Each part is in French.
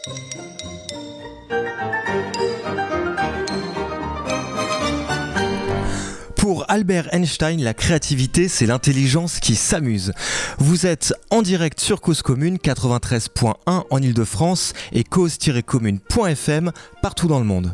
Pour Albert Einstein, la créativité, c'est l'intelligence qui s'amuse. Vous êtes en direct sur Cause Commune 93.1 en Ile-de-France et cause-commune.fm partout dans le monde.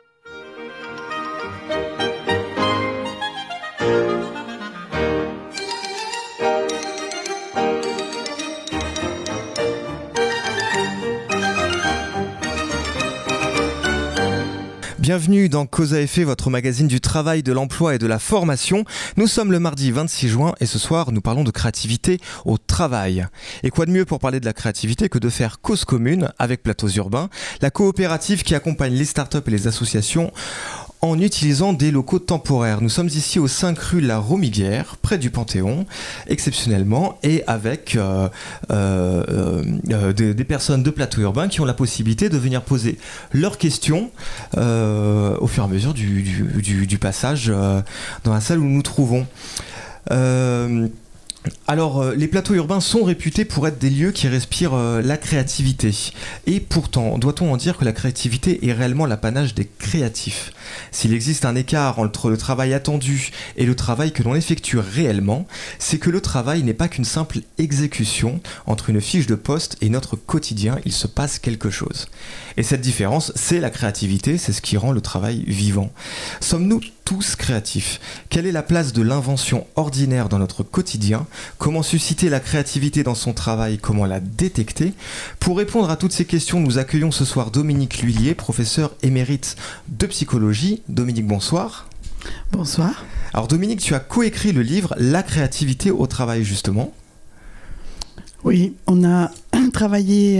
Bienvenue dans Cause à effet, votre magazine du travail, de l'emploi et de la formation. Nous sommes le mardi 26 juin et ce soir, nous parlons de créativité au travail. Et quoi de mieux pour parler de la créativité que de faire Cause Commune avec Plateaux Urbains, la coopérative qui accompagne les startups et les associations en utilisant des locaux temporaires. Nous sommes ici au 5 rue La Romiguière, près du Panthéon, exceptionnellement, et avec des personnes de Plateaux Urbains qui ont la possibilité de venir poser leurs questions au fur et à mesure du passage dans la salle où nous nous trouvons. Alors, les plateaux urbains sont réputés pour être des lieux qui respirent la créativité. Et pourtant, doit-on en dire que la créativité est réellement l'apanage des créatifs ? S'il existe un écart entre le travail attendu et le travail que l'on effectue réellement, c'est que le travail n'est pas qu'une simple exécution. Entre une fiche de poste et notre quotidien, il se passe quelque chose. Et cette différence, c'est la créativité, c'est ce qui rend le travail vivant. Sommes-nous tous créatifs ? Quelle est la place de l'invention ordinaire dans notre quotidien ? Comment susciter la créativité dans son travail ? Comment la détecter ? Pour répondre à toutes ces questions, nous accueillons ce soir Dominique L'Huillier, professeur émérite de psychologie. Dominique, bonsoir. Bonsoir. Alors Dominique, tu as coécrit le livre « La créativité au travail » justement. Oui, on a travaillé...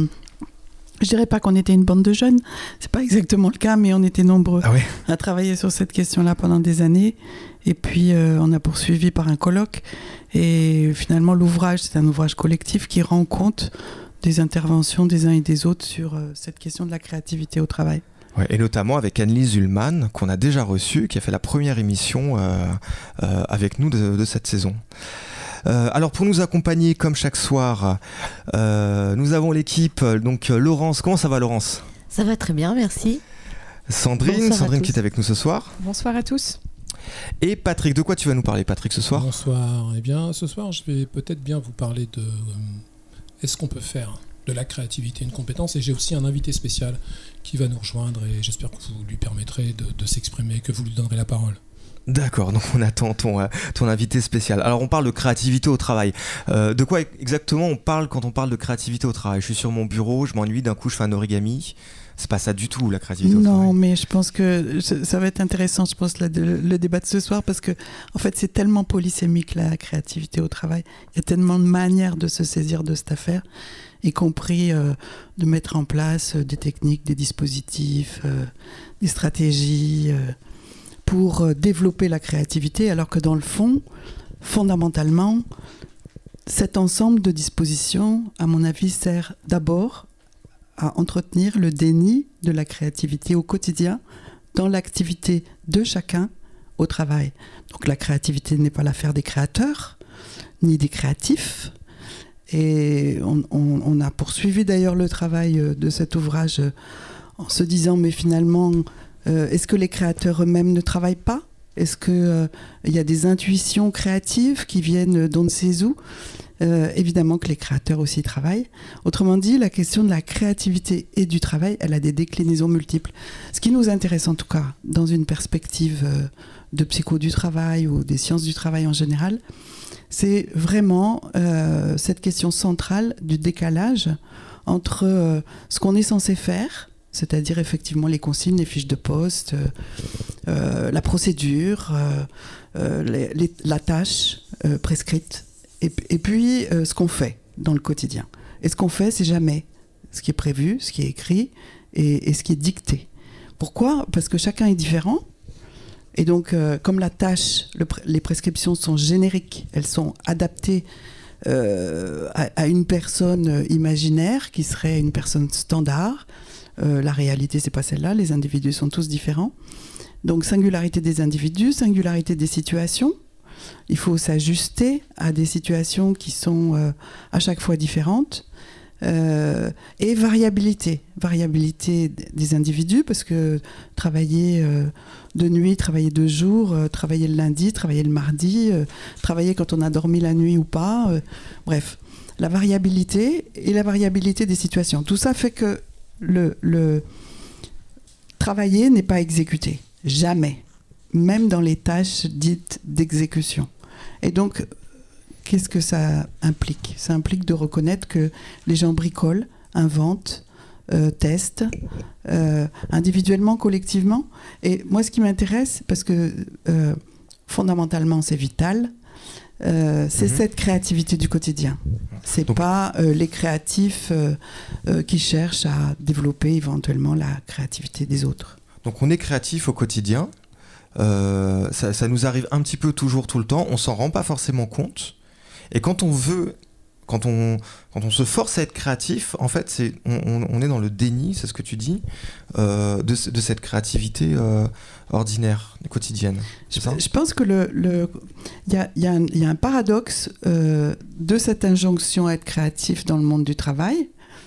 Je dirais pas qu'on était une bande de jeunes, c'est pas exactement le cas, mais on était nombreux à travailler sur cette question-là pendant des années. Et puis on a poursuivi par un colloque. Et finalement, l'ouvrage, c'est un ouvrage collectif qui rend compte des interventions des uns et des autres sur cette question de la créativité au travail. Ouais, et notamment avec Annelise Ullmann, qu'on a déjà reçue, qui a fait la première émission avec nous de cette saison. Alors pour nous accompagner comme chaque soir, nous avons l'équipe, donc Laurence. Comment ça va Laurence ? Ça va très bien, merci. Sandrine qui est avec nous ce soir. Bonsoir à tous. Et Patrick, de quoi tu vas nous parler Patrick ce soir ? Bonsoir. Eh bien ce soir je vais peut-être bien vous parler de est-ce qu'on peut faire de la créativité une compétence, et j'ai aussi un invité spécial qui va nous rejoindre et j'espère que vous lui permettrez de s'exprimer, que vous lui donnerez la parole. D'accord, donc on attend ton invité spécial. Alors on parle de créativité au travail. De quoi exactement on parle quand on parle de créativité au travail ? Je suis sur mon bureau, je m'ennuie, d'un coup je fais un origami. C'est pas ça du tout la créativité au travail. Non, mais je pense que ça va être intéressant, je pense, le débat de ce soir, parce que en fait c'est tellement polysémique la créativité au travail. Il y a tellement de manières de se saisir de cette affaire, y compris de mettre en place des techniques, des dispositifs, des stratégies pour développer la créativité, alors que dans le fond, fondamentalement, cet ensemble de dispositions, à mon avis, sert d'abord à entretenir le déni de la créativité au quotidien dans l'activité de chacun au travail. Donc la créativité n'est pas l'affaire des créateurs, ni des créatifs. Et on a poursuivi d'ailleurs le travail de cet ouvrage en se disant, mais finalement, est-ce que les créateurs eux-mêmes ne travaillent pas ? Est-ce qu'il y a des intuitions créatives qui viennent d'on ne sait où ? Évidemment que les créateurs aussi travaillent. Autrement dit, la question de la créativité et du travail, elle a des déclinaisons multiples. Ce qui nous intéresse en tout cas, dans une perspective de psycho du travail ou des sciences du travail en général, c'est vraiment cette question centrale du décalage entre ce qu'on est censé faire, c'est-à-dire effectivement les consignes, les fiches de poste, la procédure, la tâche prescrite, et puis ce qu'on fait dans le quotidien. Et ce qu'on fait, c'est jamais ce qui est prévu, ce qui est écrit et ce qui est dicté. Pourquoi ? Parce que chacun est différent. Et donc, comme la tâche, les prescriptions sont génériques, elles sont adaptées à une personne imaginaire qui serait une personne standard. La réalité, c'est pas celle-là. Les individus sont tous différents. Donc, singularité des individus, singularité des situations. Il faut s'ajuster à des situations qui sont à chaque fois différentes. Et variabilité des individus, parce que travailler de nuit, travailler de jour, travailler le lundi, travailler le mardi, travailler quand on a dormi la nuit ou pas, bref, la variabilité et la variabilité des situations. Tout ça fait que le travailler n'est pas exécuté, jamais, même dans les tâches dites d'exécution. Et donc, qu'est-ce que ça implique ? Ça implique de reconnaître que les gens bricolent, inventent, testent, individuellement, collectivement. Et moi, ce qui m'intéresse, parce que fondamentalement, c'est vital, c'est cette créativité du quotidien. C'est pas les créatifs qui cherchent à développer éventuellement la créativité des autres. Donc on est créatif au quotidien, ça nous arrive un petit peu toujours, tout le temps, on s'en rend pas forcément compte. Et quand on se force à être créatif, en fait, on est dans le déni, c'est ce que tu dis, de cette créativité ordinaire, quotidienne. Je pense que il y a un paradoxe de cette injonction à être créatif dans le monde du travail.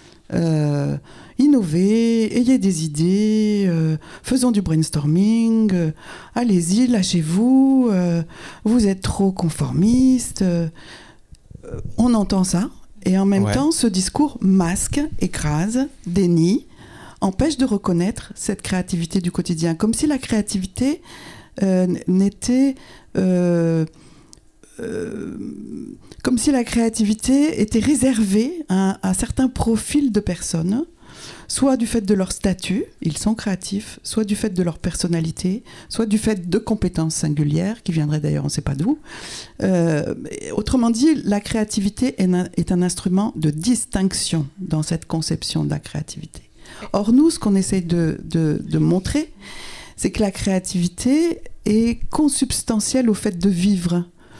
Innover, ayez des idées, faisons du brainstorming, allez-y, lâchez-vous, vous êtes trop conformiste. On entend ça, et en même temps, ce discours masque, écrase, dénie, empêche de reconnaître cette créativité du quotidien, comme si la créativité était réservée à certains profils de personnes, soit du fait de leur statut, ils sont créatifs, soit du fait de leur personnalité, soit du fait de compétences singulières, qui viendraient d'ailleurs on ne sait pas d'où. Autrement dit, la créativité est un instrument de distinction dans cette conception de la créativité. Or, nous, ce qu'on essaye de montrer, c'est que la créativité est consubstantielle au fait de vivre,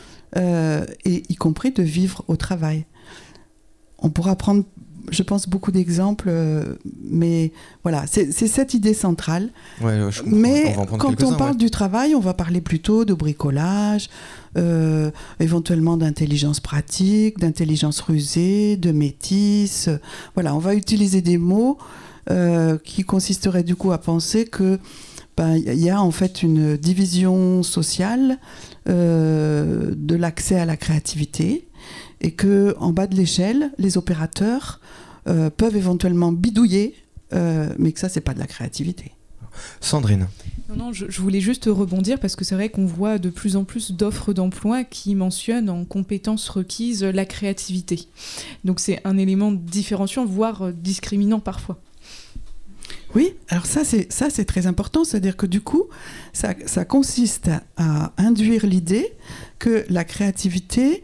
et y compris de vivre au travail. On pourra prendre, je pense, beaucoup d'exemples, mais voilà, c'est cette idée centrale. Ouais, mais quand on parle du travail, on va parler plutôt de bricolage, éventuellement d'intelligence pratique, d'intelligence rusée, de métis. Voilà, on va utiliser des mots qui consisteraient du coup à penser que y a en fait une division sociale de l'accès à la créativité, et qu'en bas de l'échelle, les opérateurs peuvent éventuellement bidouiller, mais que ça, c'est pas de la créativité. Sandrine. Non, je voulais juste rebondir, parce que c'est vrai qu'on voit de plus en plus d'offres d'emploi qui mentionnent en compétences requises la créativité. Donc c'est un élément différenciant, voire discriminant parfois. Oui, alors ça c'est très important, c'est-à-dire que du coup, ça consiste à induire l'idée que la créativité,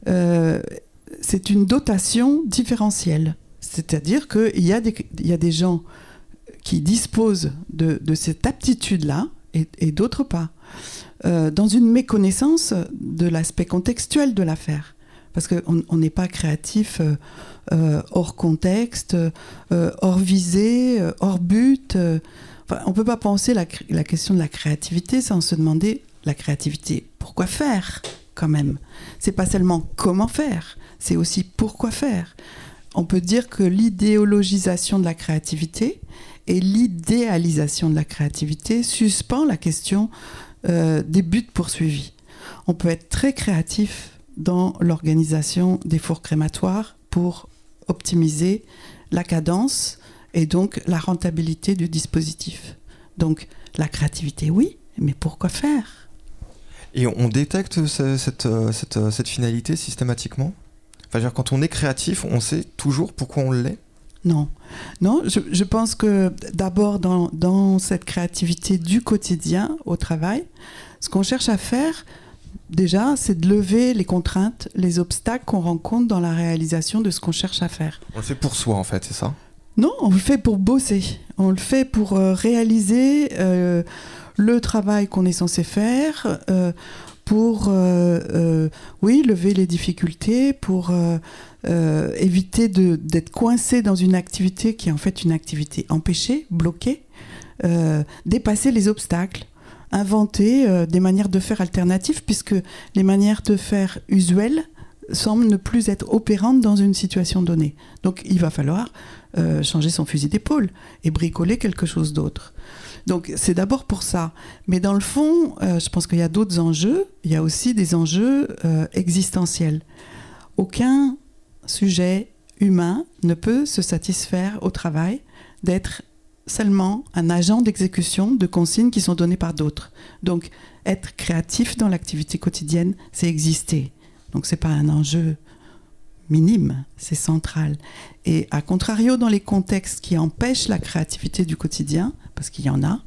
c'est une dotation différentielle. C'est-à-dire qu'il y a des gens qui disposent de cette aptitude-là et d'autres pas, dans une méconnaissance de l'aspect contextuel de l'affaire. Parce qu'on n'est pas créatif hors contexte, hors visée, hors but. On ne peut pas penser la question de la créativité sans se demander la créativité. Pourquoi faire, quand même ? C'est pas seulement comment faire, c'est aussi pourquoi faire. On peut dire que l'idéologisation de la créativité et l'idéalisation de la créativité suspend la question des buts poursuivis. On peut être très créatif dans l'organisation des fours crématoires pour optimiser la cadence et donc la rentabilité du dispositif. Donc la créativité, oui, mais pourquoi faire ? Et on détecte cette finalité systématiquement ? Enfin, quand on est créatif, on sait toujours pourquoi on l'est ? Non, je pense que d'abord dans cette créativité du quotidien au travail, ce qu'on cherche à faire, déjà, c'est de lever les contraintes, les obstacles qu'on rencontre dans la réalisation de ce qu'on cherche à faire. On le fait pour soi, en fait, c'est ça ? Non, on le fait pour bosser. On le fait pour réaliser le travail qu'on est censé faire, pour lever les difficultés, pour éviter d'être coincé dans une activité qui est en fait une activité empêchée, bloquée, dépasser les obstacles, inventer des manières de faire alternatives, puisque les manières de faire usuelles semble ne plus être opérante dans une situation donnée. Donc il va falloir changer son fusil d'épaule et bricoler quelque chose d'autre. Donc c'est d'abord pour ça. Mais dans le fond, je pense qu'il y a d'autres enjeux. Il y a aussi des enjeux existentiels. Aucun sujet humain ne peut se satisfaire au travail d'être seulement un agent d'exécution de consignes qui sont données par d'autres. Donc être créatif dans l'activité quotidienne, c'est exister. Donc c'est pas un enjeu minime, c'est central. Et à contrario, dans les contextes qui empêchent la créativité du quotidien, parce qu'il y en a,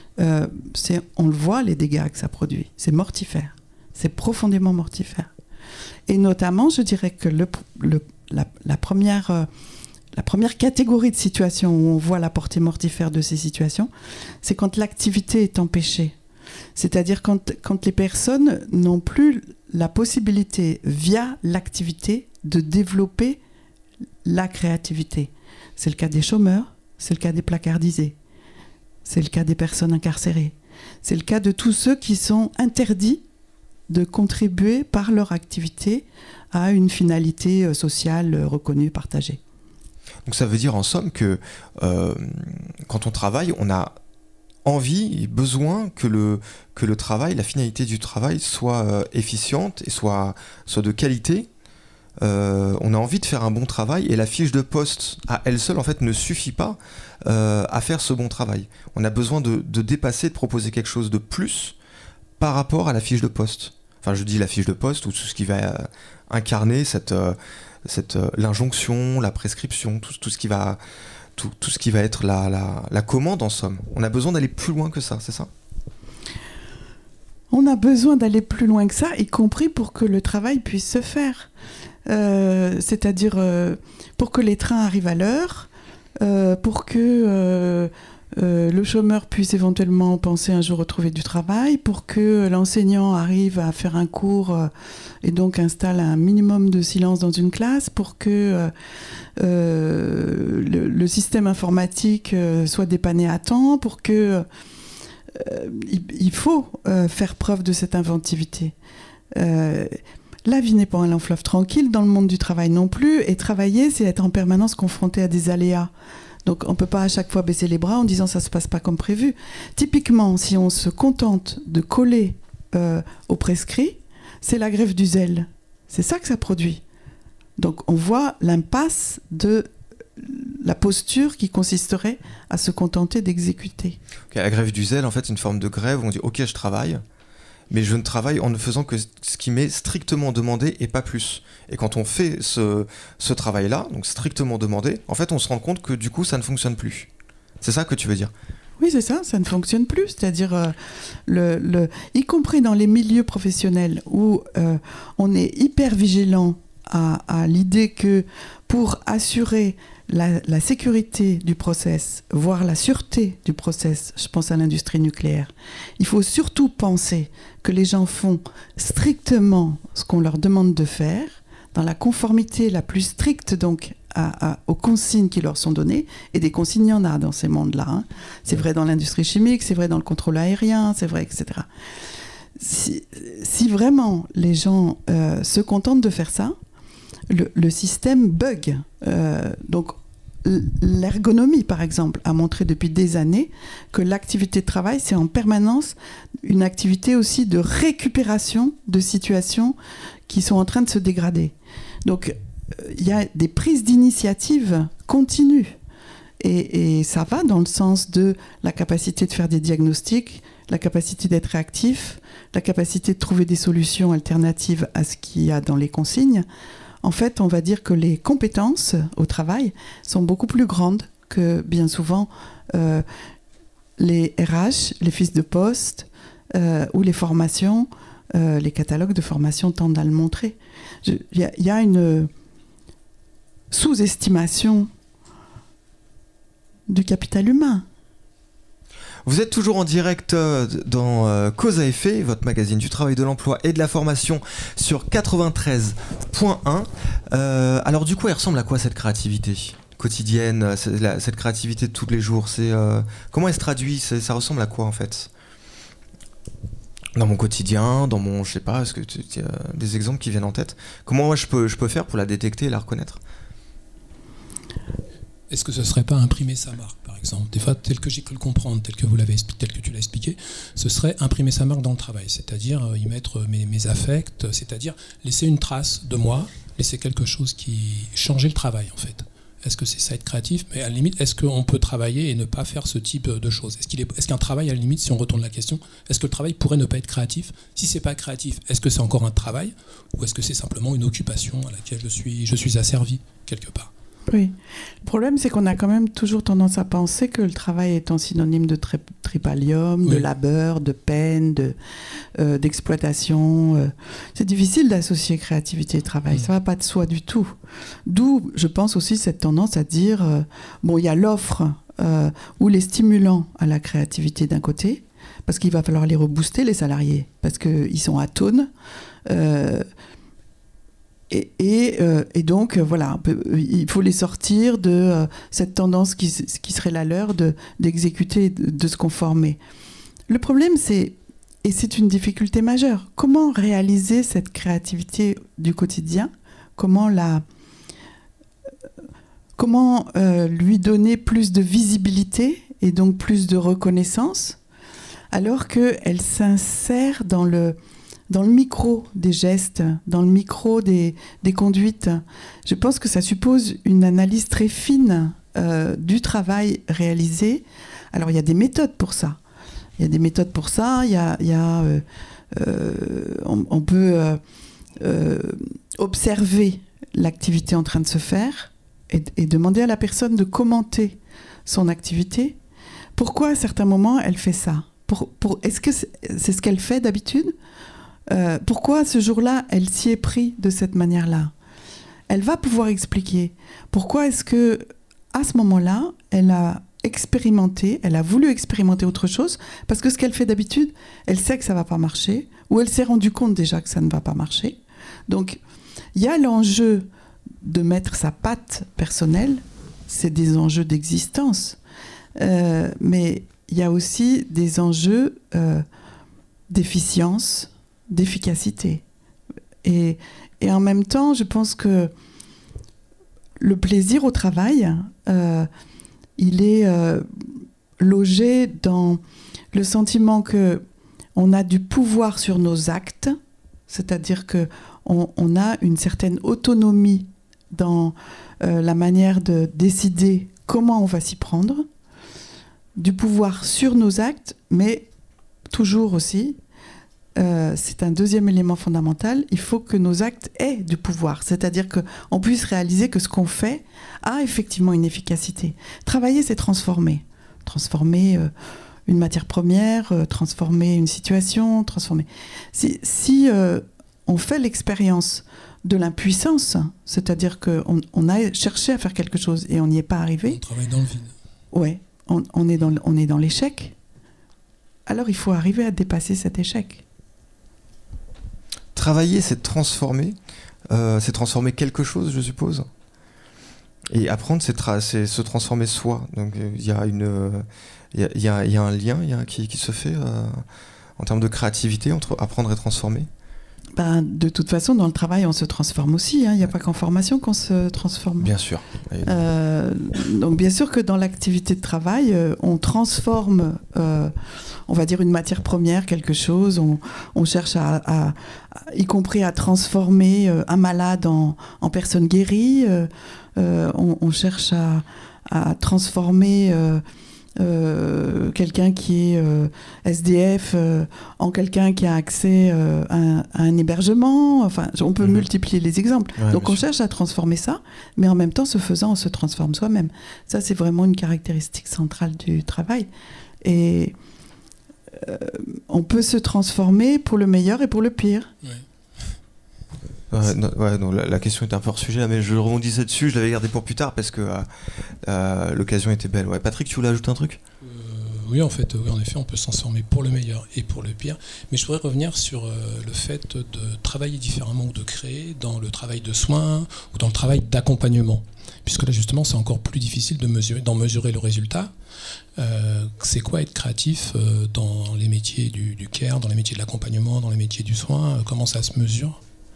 on le voit, les dégâts que ça produit. C'est mortifère. C'est profondément mortifère. Et notamment, je dirais que la première catégorie de situations où on voit la portée mortifère de ces situations, c'est quand l'activité est empêchée. C'est-à-dire quand les personnes n'ont plus la possibilité, via l'activité, de développer la créativité. C'est le cas des chômeurs, c'est le cas des placardisés, c'est le cas des personnes incarcérées, c'est le cas de tous ceux qui sont interdits de contribuer par leur activité à une finalité sociale reconnue, partagée. Donc ça veut dire en somme que quand on travaille, on a envie et besoin que le travail, la finalité du travail soit efficiente et soit de qualité. On a envie de faire un bon travail et la fiche de poste à elle seule en fait ne suffit pas à faire ce bon travail. On a besoin de dépasser, de proposer quelque chose de plus par rapport à la fiche de poste. Enfin, je dis la fiche de poste ou tout ce qui va incarner l'injonction, la prescription, tout ce qui va être la commande en somme. On a besoin d'aller plus loin que ça, c'est ça ? On a besoin d'aller plus loin que ça, y compris pour que le travail puisse se faire. C'est-à-dire pour que les trains arrivent à l'heure, pour que le chômeur puisse éventuellement penser un jour retrouver du travail, pour que l'enseignant arrive à faire un cours et donc installe un minimum de silence dans une classe, pour que le système informatique soit dépanné à temps, pour que... il faut faire preuve de cette inventivité. La vie n'est pas un long fleuve tranquille, dans le monde du travail non plus, et travailler, c'est être en permanence confronté à des aléas. Donc on ne peut pas à chaque fois baisser les bras en disant ça ne se passe pas comme prévu. Typiquement, si on se contente de coller au prescrit, c'est la grève du zèle. C'est ça que ça produit. Donc on voit l'impasse de la posture qui consisterait à se contenter d'exécuter. Okay, la grève du zèle, en fait, c'est une forme de grève où on dit « Ok, je travaille », mais je ne travaille en ne faisant que ce qui m'est strictement demandé et pas plus. Et quand on fait ce travail-là, donc strictement demandé, en fait, on se rend compte que du coup, ça ne fonctionne plus. C'est ça que tu veux dire ? Oui, c'est ça, ça ne fonctionne plus. C'est-à-dire, y compris dans les milieux professionnels où on est hyper vigilant à l'idée que pour assurer la sécurité du process, voire la sûreté du process, je pense à l'industrie nucléaire, il faut surtout penser que les gens font strictement ce qu'on leur demande de faire, dans la conformité la plus stricte donc aux consignes qui leur sont données, et des consignes il y en a dans ces mondes-là. Hein. C'est vrai dans l'industrie chimique, c'est vrai dans le contrôle aérien, c'est vrai, etc. Si vraiment les gens se contentent de faire ça, le système bug. Donc l'ergonomie, par exemple, a montré depuis des années que l'activité de travail, c'est en permanence une activité aussi de récupération de situations qui sont en train de se dégrader. Donc, il y a des prises d'initiative continues. Et ça va dans le sens de la capacité de faire des diagnostics, la capacité d'être réactif, la capacité de trouver des solutions alternatives à ce qu'il y a dans les consignes. En fait, on va dire que les compétences au travail sont beaucoup plus grandes que bien souvent les RH, les fiches de poste ou les formations, les catalogues de formation tendent à le montrer. Il y a une sous-estimation du capital humain. Vous êtes toujours en direct dans Cause à effet, votre magazine du travail, de l'emploi et de la formation sur 93.1. Alors du coup, elle ressemble à quoi cette créativité quotidienne, cette créativité de tous les jours, comment elle se traduit, ça ressemble à quoi en fait ? Dans mon quotidien, dans mon, je sais pas, est-ce que tu as des exemples qui viennent en tête? Comment moi je peux faire pour la détecter et la reconnaître? Est-ce que ce serait pas imprimer sa marque, par exemple? Des fois, tel que j'ai cru le comprendre, tel que tu l'as expliqué, ce serait imprimer sa marque dans le travail, c'est-à-dire y mettre mes affects, c'est-à-dire laisser une trace de moi, laisser quelque chose qui changeait le travail, en fait. Est-ce que c'est ça être créatif? Mais à la limite, est-ce qu'on peut travailler et ne pas faire ce type de choses? Est-ce qu'un travail, à la limite, si on retourne la question, est-ce que le travail pourrait ne pas être créatif? Si c'est pas créatif, est-ce que c'est encore un travail? Ou est-ce que c'est simplement une occupation à laquelle je suis asservi, quelque part? Oui. Le problème, c'est qu'on a quand même toujours tendance à penser que le travail est un synonyme de tripalium, de labeur, de peine, d'exploitation. C'est difficile d'associer créativité et travail. Ça ne va pas de soi du tout. D'où, je pense aussi, cette tendance à dire, il y a l'offre ou les stimulants à la créativité d'un côté, parce qu'il va falloir les rebooster, les salariés, parce qu'ils sont atones. Et donc, voilà, il faut les sortir de cette tendance qui serait la leur d'exécuter, de se conformer. Le problème, et c'est une difficulté majeure, comment réaliser cette créativité du quotidien? Comment lui donner plus de visibilité et donc plus de reconnaissance, alors qu'elle s'insère dans le micro des gestes, dans le micro des conduites. Je pense que ça suppose une analyse très fine du travail réalisé. Alors, il y a des méthodes pour ça. On peut observer l'activité en train de se faire et demander à la personne de commenter son activité. Pourquoi, à certains moments, elle fait ça? Est-ce que c'est ce qu'elle fait d'habitude? Pourquoi ce jour-là, elle s'y est pris de cette manière-là? Elle va pouvoir expliquer pourquoi est-ce que à ce moment-là, elle a voulu expérimenter autre chose, parce que ce qu'elle fait d'habitude, elle sait que ça ne va pas marcher, ou elle s'est rendue compte déjà que ça ne va pas marcher. Donc, il y a l'enjeu de mettre sa patte personnelle, c'est des enjeux d'existence, mais il y a aussi des enjeux d'efficience, d'efficacité. Et en même temps, je pense que le plaisir au travail, il est logé dans le sentiment qu'on a du pouvoir sur nos actes, c'est-à-dire qu'on a une certaine autonomie dans la manière de décider comment on va s'y prendre, du pouvoir sur nos actes, mais toujours aussi, c'est un deuxième élément fondamental, il faut que nos actes aient du pouvoir, c'est-à-dire qu'on puisse réaliser que ce qu'on fait a effectivement une efficacité. Travailler, c'est transformer une matière première, transformer une situation, transformer. Si on fait l'expérience de l'impuissance, c'est-à-dire qu'on a cherché à faire quelque chose et on n'y est pas arrivé. On travaille dans le vide. Ouais, on est dans l'échec. Alors il faut arriver à dépasser cet échec. Travailler, c'est transformer quelque chose, je suppose. Et apprendre, c'est se transformer soi. Donc il y a un lien qui se fait en termes de créativité entre apprendre et transformer. De toute façon, dans le travail, on se transforme aussi. Il n'y a pas qu'en formation qu'on se transforme. Bien sûr. Donc bien sûr que dans l'activité de travail, on transforme, on va dire, une matière première, quelque chose. On cherche y compris à transformer un malade en personne guérie. On cherche à transformer quelqu'un qui est SDF en quelqu'un qui a accès à un hébergement. Enfin, on peut multiplier les exemples. Ouais, donc on cherche à transformer ça, mais en même temps, ce faisant, on se transforme soi-même. Ça, c'est vraiment une caractéristique centrale du travail. Et on peut se transformer pour le meilleur et pour le pire. Non, la question était un peu hors sujet, mais je rebondissais dessus, je l'avais gardé pour plus tard parce que l'occasion était belle. Ouais. Patrick, tu voulais ajouter un truc ? Oui, en effet, on peut se transformer pour le meilleur et pour le pire. Mais je pourrais revenir sur le fait de travailler différemment ou de créer dans le travail de soins ou dans le travail d'accompagnement. Puisque là, justement, c'est encore plus difficile d'en mesurer le résultat. C'est quoi être créatif dans les métiers du care, dans les métiers de l'accompagnement, dans les métiers du soin? Comment ça se mesure?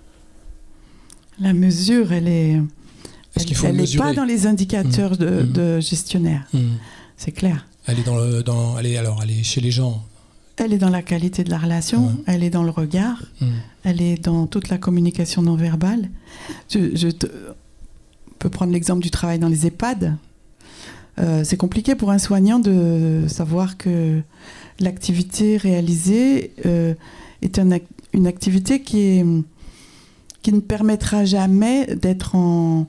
La mesure, elle est... Elle n'est pas dans les indicateurs de gestionnaire. C'est clair. Elle est chez les gens. Elle est dans la qualité de la relation, elle est dans le regard, elle est dans toute la communication non verbale. Je peux prendre l'exemple du travail dans les EHPAD. C'est compliqué pour un soignant de savoir que l'activité réalisée est une activité qui ne permettra jamais d'être en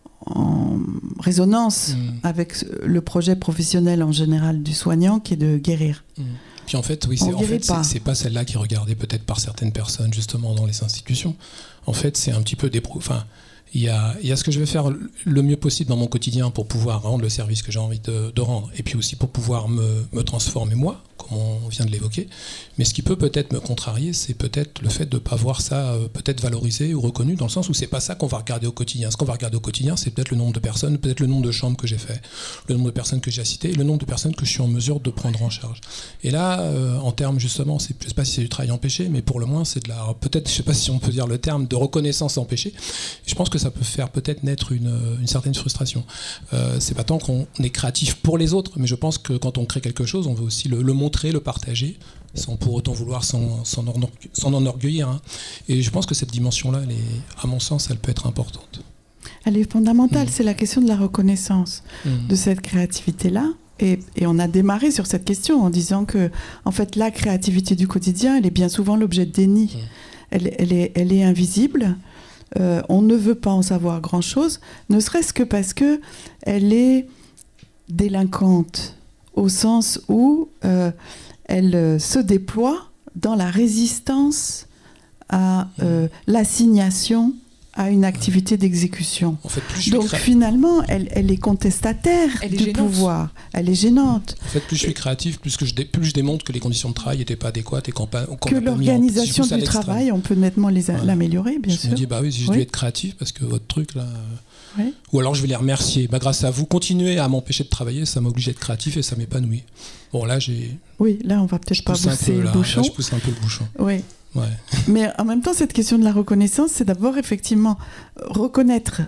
résonance avec le projet professionnel en général du soignant, qui est de guérir. Puis en fait, oui, c'est pas celle-là qui est regardée peut-être par certaines personnes justement dans les institutions. En fait, c'est un petit peu il y a ce que je vais faire le mieux possible dans mon quotidien pour pouvoir rendre le service que j'ai envie de rendre, et puis aussi pour pouvoir me transformer moi, comme on vient de l'évoquer. Mais ce qui peut-être me contrarier, c'est peut-être le fait de ne pas voir ça peut-être valorisé ou reconnu, dans le sens où c'est pas ça qu'on va regarder au quotidien. Ce qu'on va regarder au quotidien, c'est peut-être le nombre de personnes, peut-être le nombre de chambres que j'ai fait, le nombre de personnes que j'ai citées, et le nombre de personnes que je suis en mesure de prendre en charge. Et là, en termes justement, je ne sais pas si c'est du travail empêché, mais pour le moins, c'est peut-être, je ne sais pas si on peut dire le terme, de reconnaissance empêchée. Et je pense que ça peut faire peut-être naître une certaine frustration. C'est pas tant qu'on est créatif pour les autres, mais je pense que quand on crée quelque chose, on veut aussi le montrer, le partager, sans pour autant vouloir s'en enorgueillir. Hein. Et je pense que cette dimension-là, à mon sens, elle peut être importante. Elle est fondamentale, c'est la question de la reconnaissance de cette créativité-là. Et on a démarré sur cette question en disant que, en fait, la créativité du quotidien, elle est bien souvent l'objet de déni. Elle est invisible. On ne veut pas en savoir grand-chose, ne serait-ce que parce qu'elle est délinquante, au sens où elle se déploie dans la résistance à l'assignation à une activité d'exécution. En fait, donc finalement, elle est contestataire du pouvoir. Elle est gênante. En fait, plus je suis créatif, plus je démontre que les conditions de travail n'étaient pas adéqutes et que l'organisation du travail, on peut nettement l'améliorer, bien sûr. Je me dis, oui, j'ai dû être créatif parce que votre truc, là... Oui. Ou alors je vais les remercier. Grâce à vous, continuez à m'empêcher de travailler, ça m'oblige à être créatif et ça m'épanouit. Bon, là, Oui, là, on va peut-être pas pousser le bouchon. Là, je pousse un peu le bouchon. Oui. Ouais. Mais en même temps, cette question de la reconnaissance, c'est d'abord effectivement reconnaître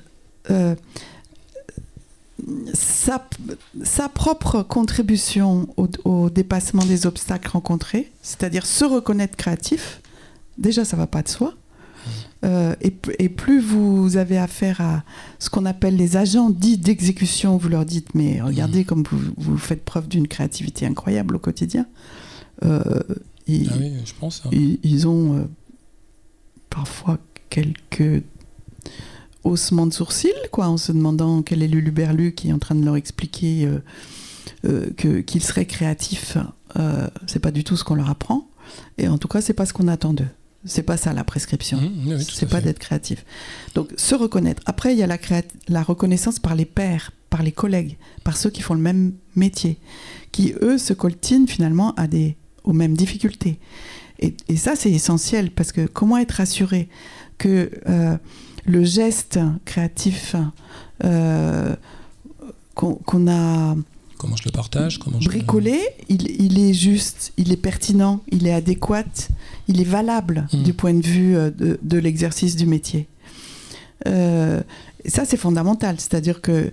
sa propre contribution au dépassement des obstacles rencontrés, c'est-à-dire se reconnaître créatif. Déjà, ça ne va pas de soi. Et plus vous avez affaire à ce qu'on appelle les agents dits d'exécution, vous leur dites, mais regardez comme vous faites preuve d'une créativité incroyable au quotidien. Je pense. Hein. Ils ont parfois quelques haussements de sourcils, en se demandant quel est le luberlu qui est en train de leur expliquer qu'ils seraient créatifs. C'est pas du tout ce qu'on leur apprend. Et en tout cas, c'est pas ce qu'on attend d'eux. C'est pas ça la prescription. Oui, c'est pas d'être créatif. Donc, se reconnaître. Après, il y a la reconnaissance par les pairs, par les collègues, par ceux qui font le même métier, qui, eux, se coltinent finalement aux mêmes difficultés. Et ça, c'est essentiel, parce que comment être assuré que le geste créatif qu'on a comment je le partage, bricolé, il est juste, il est pertinent, il est adéquat, il est valable du point de vue de l'exercice du métier. Ça, c'est fondamental. C'est-à-dire que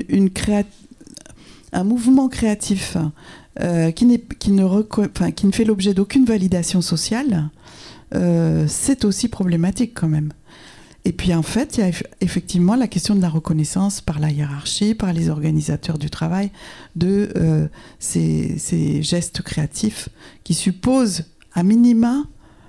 un mouvement créatif qui ne fait l'objet d'aucune validation sociale, c'est aussi problématique quand même. Et puis en fait, il y a effectivement la question de la reconnaissance par la hiérarchie, par les organisateurs du travail, de ces gestes créatifs qui supposent à minima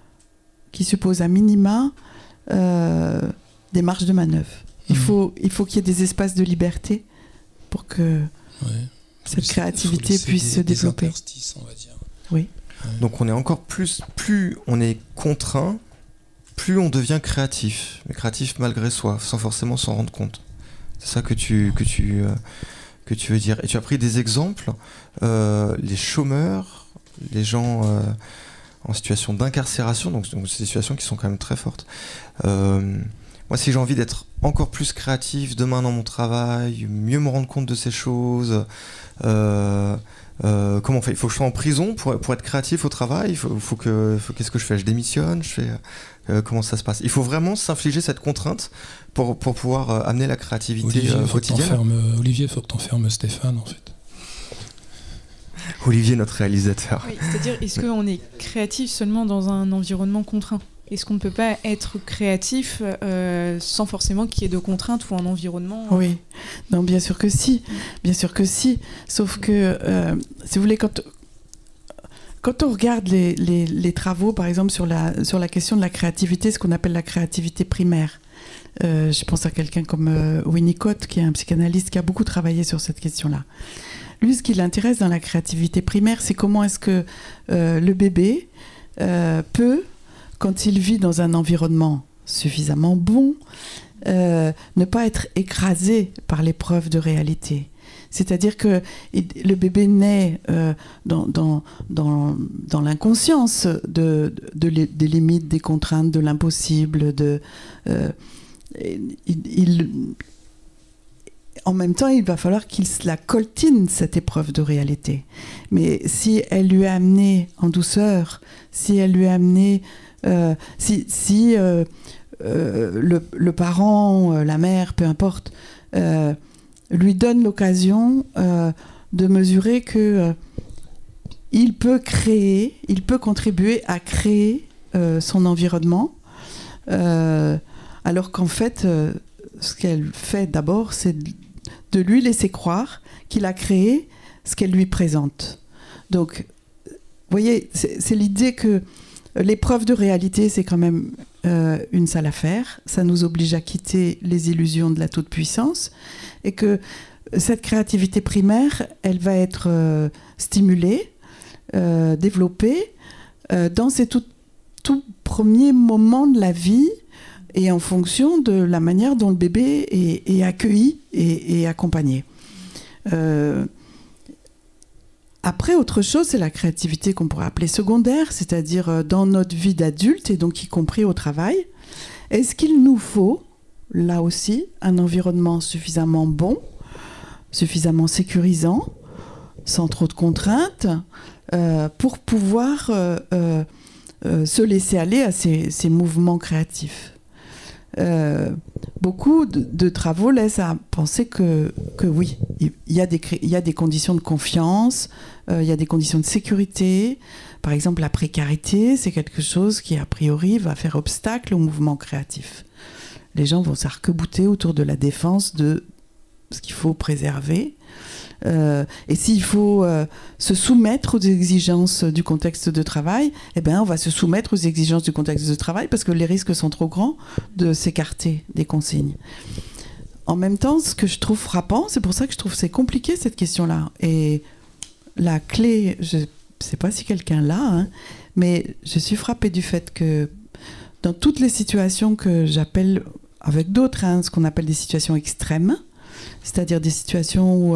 des marges de manœuvre. Il faut qu'il y ait des espaces de liberté pour que cette créativité puisse se développer. On va dire. Oui. Donc on est encore plus on est contraint, plus on devient créatif, mais créatif malgré soi, sans forcément s'en rendre compte. C'est ça que tu que tu veux dire. Et tu as pris des exemples, les chômeurs, les gens en situation d'incarcération, donc c'est des situations qui sont quand même très fortes. Moi, si j'ai envie d'être encore plus créatif demain dans mon travail, mieux me rendre compte de ces choses, comment on fait ? Il faut que je sois en prison pour être créatif au travail. Qu'est-ce que je fais ? Je démissionne ? Comment ça se passe ? Il faut vraiment s'infliger cette contrainte pour pouvoir amener la créativité quotidienne. Olivier, il faut que tu enfermes Stéphane, en fait. Olivier, notre réalisateur. Oui, c'est-à-dire, est-ce qu'on est créatif seulement dans un environnement contraint ? Est-ce qu'on ne peut pas être créatif sans forcément qu'il y ait de contraintes ou un environnement Oui, non, bien sûr que si. Bien sûr que si. Sauf que, si vous voulez, quand on regarde les travaux, par exemple, sur la question de la créativité, ce qu'on appelle la créativité primaire, je pense à quelqu'un comme Winnicott, qui est un psychanalyste qui a beaucoup travaillé sur cette question-là. Lui, ce qui l'intéresse dans la créativité primaire, c'est comment est-ce que le bébé peut, quand il vit dans un environnement suffisamment bon, ne pas être écrasé par l'épreuve de réalité. C'est-à-dire que le bébé naît dans l'inconscience des limites, des contraintes, de l'impossible. En même temps, il va falloir qu'il la coltine, cette épreuve de réalité. Mais si elle lui est amenée en douceur, si elle lui est amenée... le parent, la mère, peu importe, lui donne l'occasion de mesurer que il peut contribuer à créer son environnement, alors qu'en fait, ce qu'elle fait d'abord, c'est de lui laisser croire qu'il a créé ce qu'elle lui présente. Donc, vous voyez, c'est l'idée que l'épreuve de réalité, c'est quand même une sale affaire. Ça nous oblige à quitter les illusions de la toute-puissance. Et que cette créativité primaire, elle va être stimulée, développée dans ces tout premiers moments de la vie et en fonction de la manière dont le bébé est accueilli et accompagné. Après, autre chose, c'est la créativité qu'on pourrait appeler secondaire, c'est-à-dire dans notre vie d'adulte et donc y compris au travail. Est-ce qu'il nous faut, là aussi, un environnement suffisamment bon, suffisamment sécurisant, sans trop de contraintes, pour pouvoir se laisser aller à ces mouvements créatifs ? Beaucoup de travaux laissent à penser que oui, il y a des conditions de confiance, il y a des conditions de sécurité. Par exemple, la précarité, c'est quelque chose qui, a priori, va faire obstacle au mouvement créatif. Les gens vont s'arc-bouter autour de la défense de ce qu'il faut préserver. Et s'il faut se soumettre aux exigences du contexte de travail, eh ben, on va se soumettre aux exigences du contexte de travail parce que les risques sont trop grands de s'écarter des consignes. En même temps, ce que je trouve frappant, c'est pour ça que je trouve que c'est compliqué cette question-là. Et la clé, je ne sais pas si quelqu'un l'a, hein, mais je suis frappée du fait que dans toutes les situations que j'appelle, avec d'autres, hein, ce qu'on appelle des situations extrêmes, c'est-à-dire des situations où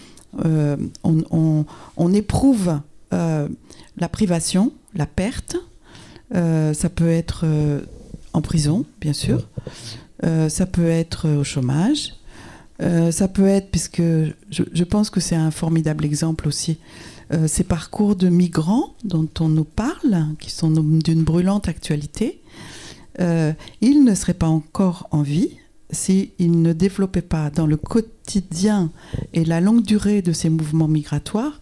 on éprouve la privation, la perte. Ça peut être en prison, bien sûr. Ça peut être au chômage. Ça peut être, puisque je pense que c'est un formidable exemple aussi, ces parcours de migrants dont on nous parle, qui sont d'une brûlante actualité. Ils ne seraient pas encore en vie s'ils ne développaient pas dans le quotidien et la longue durée de ces mouvements migratoires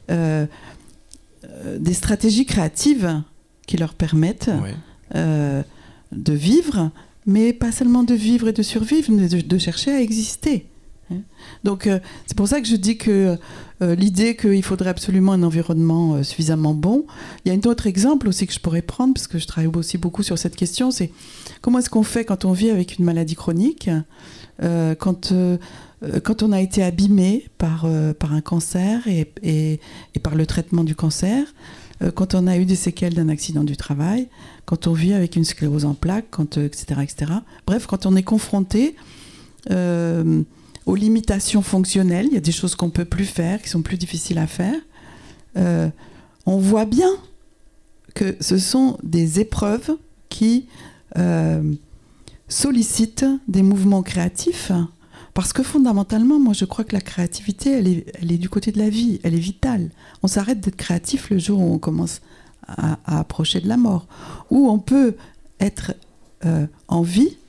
des stratégies créatives qui leur permettent de vivre, mais pas seulement de vivre et de survivre, mais de chercher à exister. Donc c'est pour ça que je dis que l'idée qu'il faudrait absolument un environnement suffisamment bon. Il y a un autre exemple aussi que je pourrais prendre, parce que je travaille aussi beaucoup sur cette question, c'est comment est-ce qu'on fait quand on vit avec une maladie chronique, quand on a été abîmé par un cancer et par le traitement du cancer, quand on a eu des séquelles d'un accident du travail, quand on vit avec une sclérose en plaques, etc., etc. Bref, quand on est confronté aux limitations fonctionnelles. Il y a des choses qu'on ne peut plus faire, qui sont plus difficiles à faire. On voit bien que ce sont des épreuves qui sollicitent des mouvements créatifs. Parce que fondamentalement, moi je crois que la créativité, elle est du côté de la vie, elle est vitale. On s'arrête d'être créatif le jour où on commence à approcher de la mort. Où on peut être en vie,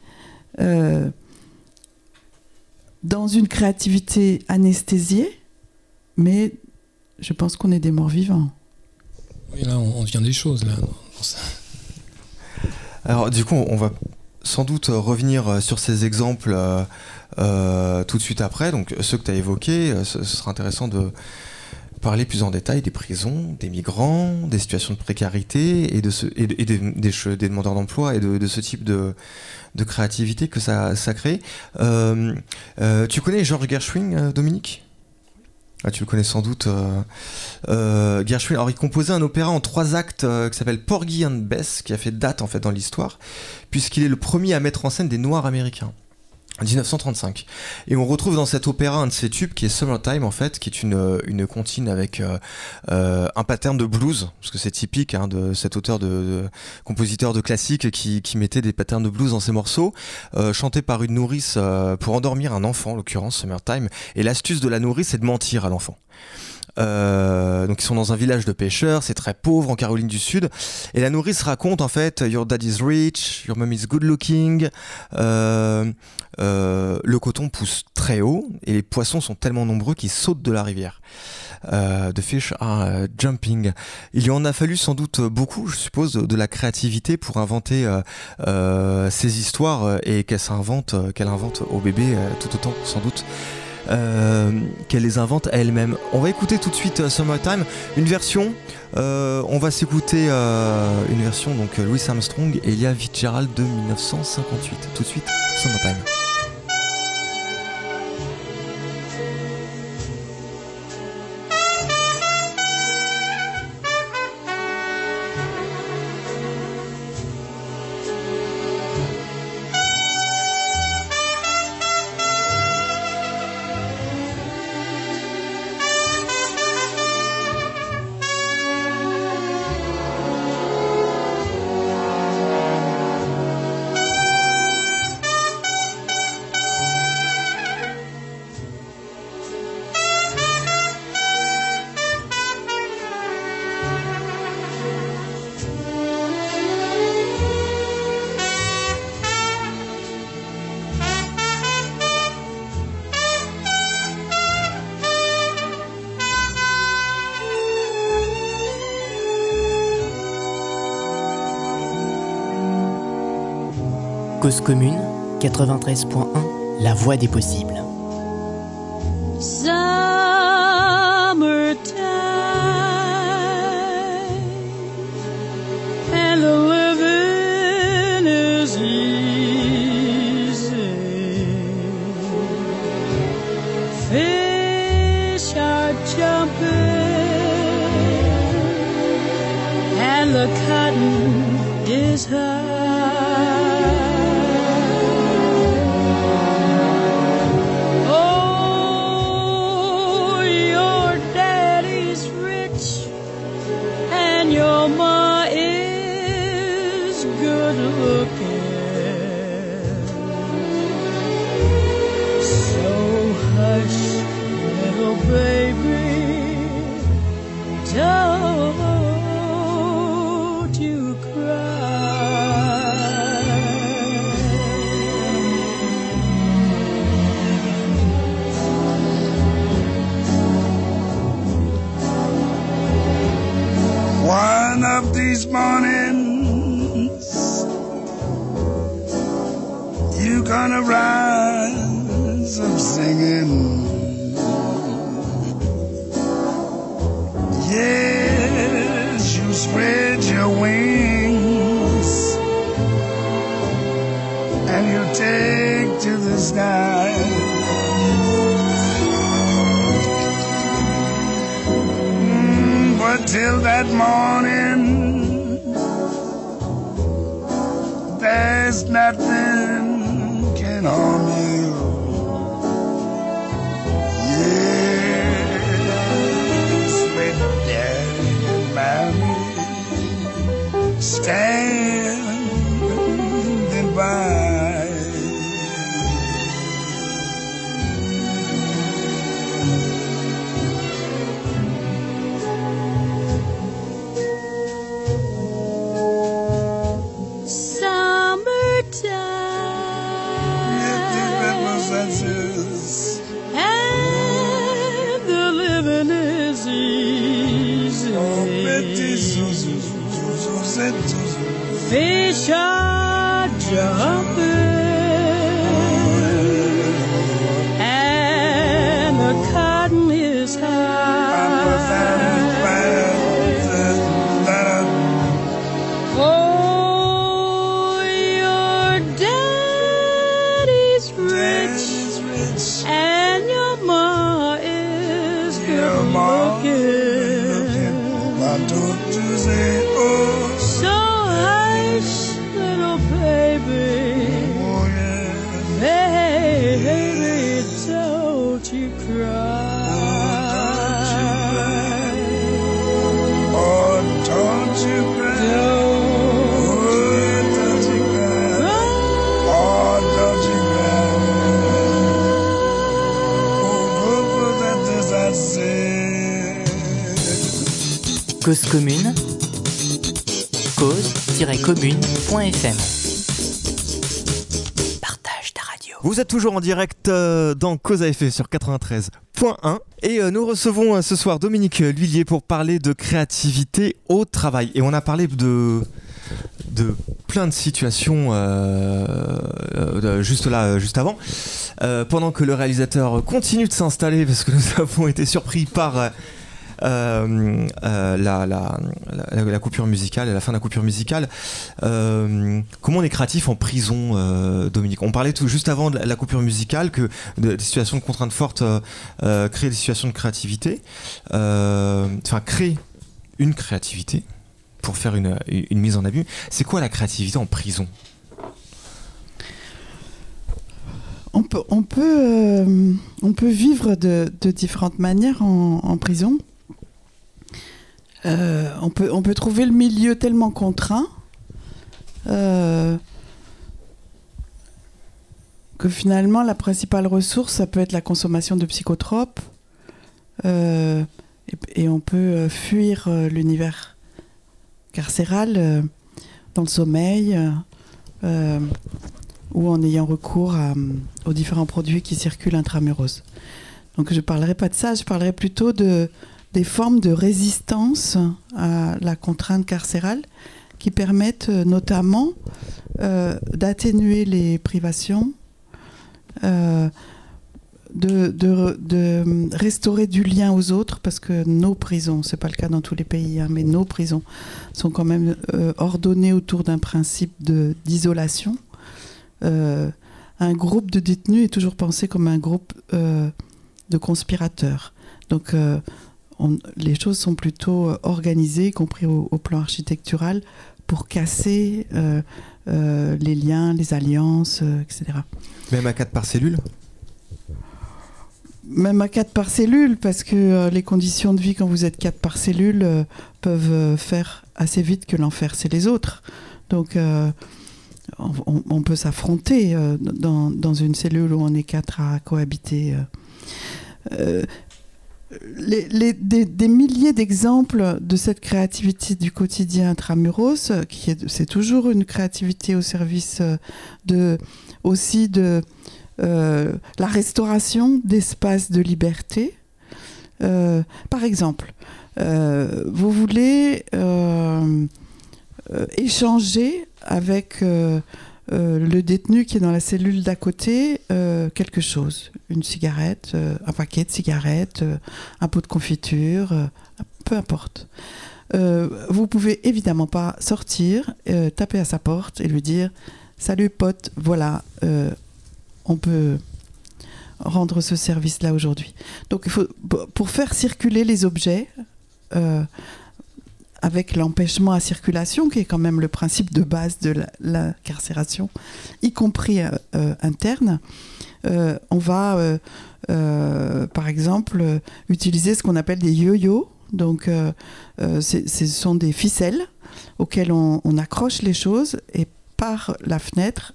dans une créativité anesthésiée, mais je pense qu'on est des morts vivants. Oui, là on devient des choses. Là. Alors du coup, on va sans doute revenir sur ces exemples tout de suite après. Donc ceux que tu as évoqués, ce sera intéressant de parler plus en détail des prisons, des migrants, des situations de précarité et des demandeurs d'emploi et de ce type de créativité que ça crée. Tu connais George Gershwin, Dominique ? Tu le connais sans doute. Gershwin, alors il composait un opéra en 3 actes qui s'appelle Porgy and Bess, qui a fait date en fait dans l'histoire, puisqu'il est le premier à mettre en scène des Noirs américains. En 1935. Et on retrouve dans cet opéra un de ses tubes qui est Summertime en fait, qui est une comptine avec un pattern de blues, parce que c'est typique de cet auteur de compositeur de classique qui mettait des patterns de blues dans ses morceaux, chanté par une nourrice pour endormir un enfant, en l'occurrence Summertime. Et l'astuce de la nourrice, c'est de mentir à l'enfant. Donc ils sont dans un village de pêcheurs, c'est très pauvre en Caroline du Sud, et la nourrice raconte en fait your dad is rich, your mom is good looking, le coton pousse très haut et les poissons sont tellement nombreux qu'ils sautent de la rivière. The fish are jumping. Il lui en a fallu sans doute beaucoup, je suppose, de la créativité pour inventer ces histoires et qu'elle invente au bébé tout autant sans doute. Qu'elle les invente à elle-même. On va écouter tout de suite Summertime, une version. On va s'écouter une version donc Louis Armstrong et Ella Fitzgerald de 1958. Tout de suite, Summertime. Cause commune, 93.1, la voix des possibles. Summertime and the living is easy. Fish are jumping and the cotton is high. One of these mornings you gonna rise up singing. Yes, you spread your wings and you take to the sky. But till that morning, there's nothing can harm you. don't you say, oh, So hush, little baby, oh yeah. baby, don't you cry. Oh, don't you cry. Oh, don't you cry. Oh, don't you cry. Oh, that is I say. Cause commune, cause-commune.fm. Partage ta radio. Vous êtes toujours en direct dans Cause à effet sur 93.1 et nous recevons ce soir Dominique Lhuillier pour parler de créativité au travail. Et on a parlé de plein de situations juste avant, pendant que le réalisateur continue de s'installer parce que nous avons été surpris par la coupure musicale, la fin de la coupure musicale. Comment on est créatif en prison, Dominique? On parlait tout juste avant de la coupure musicale que des situations de contraintes fortes créent des situations de créativité, créer une créativité pour faire une mise en abus. C'est quoi la créativité en prison? On peut vivre de différentes manières en prison. On peut trouver le milieu tellement contraint que finalement la principale ressource, ça peut être la consommation de psychotropes, et on peut fuir l'univers carcéral dans le sommeil, ou en ayant recours aux différents produits qui circulent intramuros. Donc je ne parlerai pas de ça, je parlerai plutôt des formes de résistance à la contrainte carcérale qui permettent notamment d'atténuer les privations, de restaurer du lien aux autres, parce que nos prisons, c'est pas le cas dans tous les pays, mais nos prisons sont quand même ordonnées autour d'un principe d'isolation. Un groupe de détenus est toujours pensé comme un groupe de conspirateurs. Donc les choses sont plutôt organisées, y compris au plan architectural, pour casser les liens, les alliances, etc. Même à 4 par cellule? Même à 4 par cellule, parce que les conditions de vie quand vous êtes 4 par cellule peuvent faire assez vite que l'enfer c'est les autres. Donc on peut s'affronter dans une cellule où on est 4 à cohabiter. Des milliers d'exemples de cette créativité du quotidien intramuros, c'est toujours une créativité au service aussi de la restauration d'espaces de liberté. Par exemple, vous voulez échanger avec le détenu qui est dans la cellule d'à côté quelque chose, une cigarette, un paquet de cigarettes, un pot de confiture, peu importe. Vous pouvez évidemment pas sortir, taper à sa porte et lui dire « Salut pote, voilà, on peut rendre ce service-là aujourd'hui. » Donc il faut, pour faire circuler les objets, avec l'empêchement à circulation, qui est quand même le principe de base de l'incarcération, y compris interne, on va, par exemple, utiliser ce qu'on appelle des yo-yo. Donc, ce sont des ficelles auxquelles on accroche les choses, et par la fenêtre,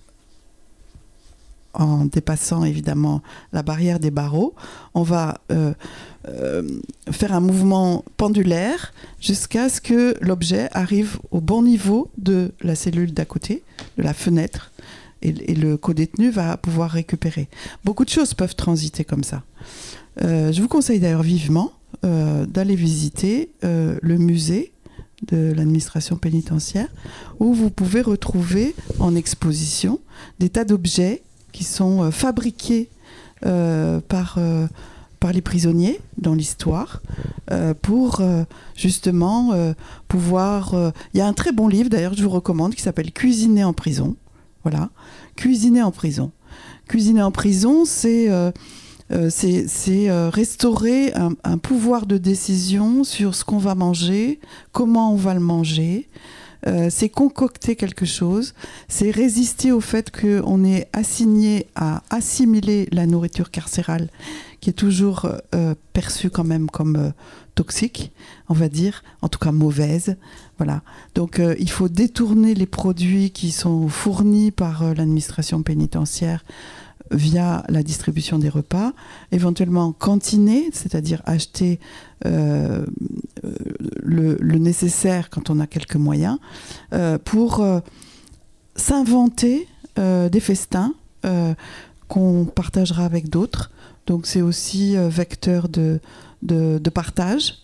en dépassant évidemment la barrière des barreaux, on va faire un mouvement pendulaire jusqu'à ce que l'objet arrive au bon niveau de la cellule d'à côté, de la fenêtre, et le codétenu va pouvoir récupérer. Beaucoup de choses peuvent transiter comme ça. Je vous conseille d'ailleurs vivement d'aller visiter le musée de l'administration pénitentiaire, où vous pouvez retrouver en exposition des tas d'objets qui sont fabriqués par les prisonniers dans l'histoire pour justement pouvoir... Il y a un très bon livre d'ailleurs, je vous recommande, qui s'appelle « Cuisiner en prison ». Voilà, « Cuisiner en prison ». Cuisiner en prison, c'est C'est restaurer un pouvoir de décision sur ce qu'on va manger, comment on va le manger. C'est concocter quelque chose, c'est résister au fait qu'on est assigné à assimiler la nourriture carcérale, qui est toujours perçue quand même comme toxique, on va dire, en tout cas mauvaise. Voilà. Donc il faut détourner les produits qui sont fournis par l'administration pénitentiaire via la distribution des repas, éventuellement cantiner, c'est-à-dire acheter le nécessaire quand on a quelques moyens, pour s'inventer des festins qu'on partagera avec d'autres. Donc c'est aussi vecteur de partage.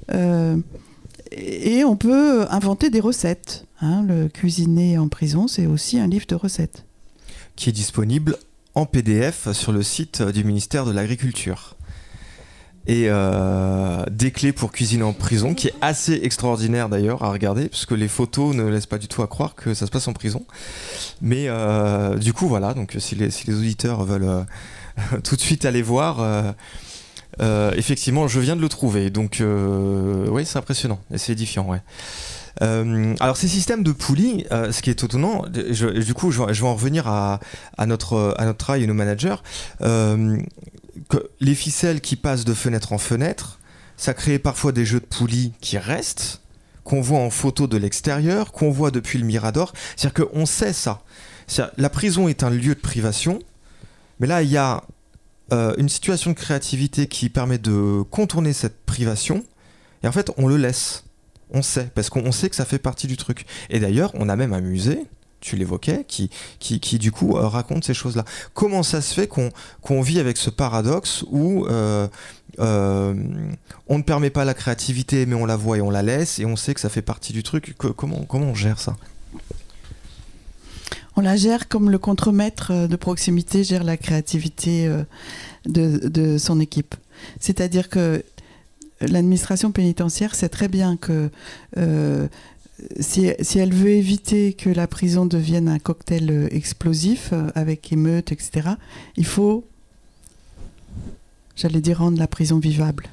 Et on peut inventer des recettes. Le cuisiner en prison, c'est aussi un livre de recettes. Qui est disponible en PDF sur le site du ministère de l'Agriculture. Et des clés pour cuisiner en prison, qui est assez extraordinaire d'ailleurs à regarder, puisque les photos ne laissent pas du tout à croire que ça se passe en prison. Mais du coup, voilà, donc si les auditeurs veulent tout de suite aller voir, effectivement, je viens de le trouver. Donc, oui, c'est impressionnant et c'est édifiant, ouais. Alors ces systèmes de poulies, ce qui est étonnant, du coup je vais en revenir à notre travail et nos managers, que les ficelles qui passent de fenêtre en fenêtre, ça crée parfois des jeux de poulies qui restent, qu'on voit en photo de l'extérieur, qu'on voit depuis le Mirador. C'est-à-dire qu'on sait ça. La prison est un lieu de privation, mais là il y a une situation de créativité qui permet de contourner cette privation, et en fait on le laisse. On sait, parce qu'on sait que ça fait partie du truc. Et d'ailleurs, on a même un musée, tu l'évoquais, qui du coup raconte ces choses-là. Comment ça se fait qu'on vit avec ce paradoxe où on ne permet pas la créativité, mais on la voit et on la laisse, et on sait que ça fait partie du truc. Comment on gère ça ? On la gère comme le contremaître de proximité gère la créativité de son équipe. C'est-à-dire que l'administration pénitentiaire sait très bien que si elle veut éviter que la prison devienne un cocktail explosif avec émeutes, etc., il faut, rendre la prison vivable.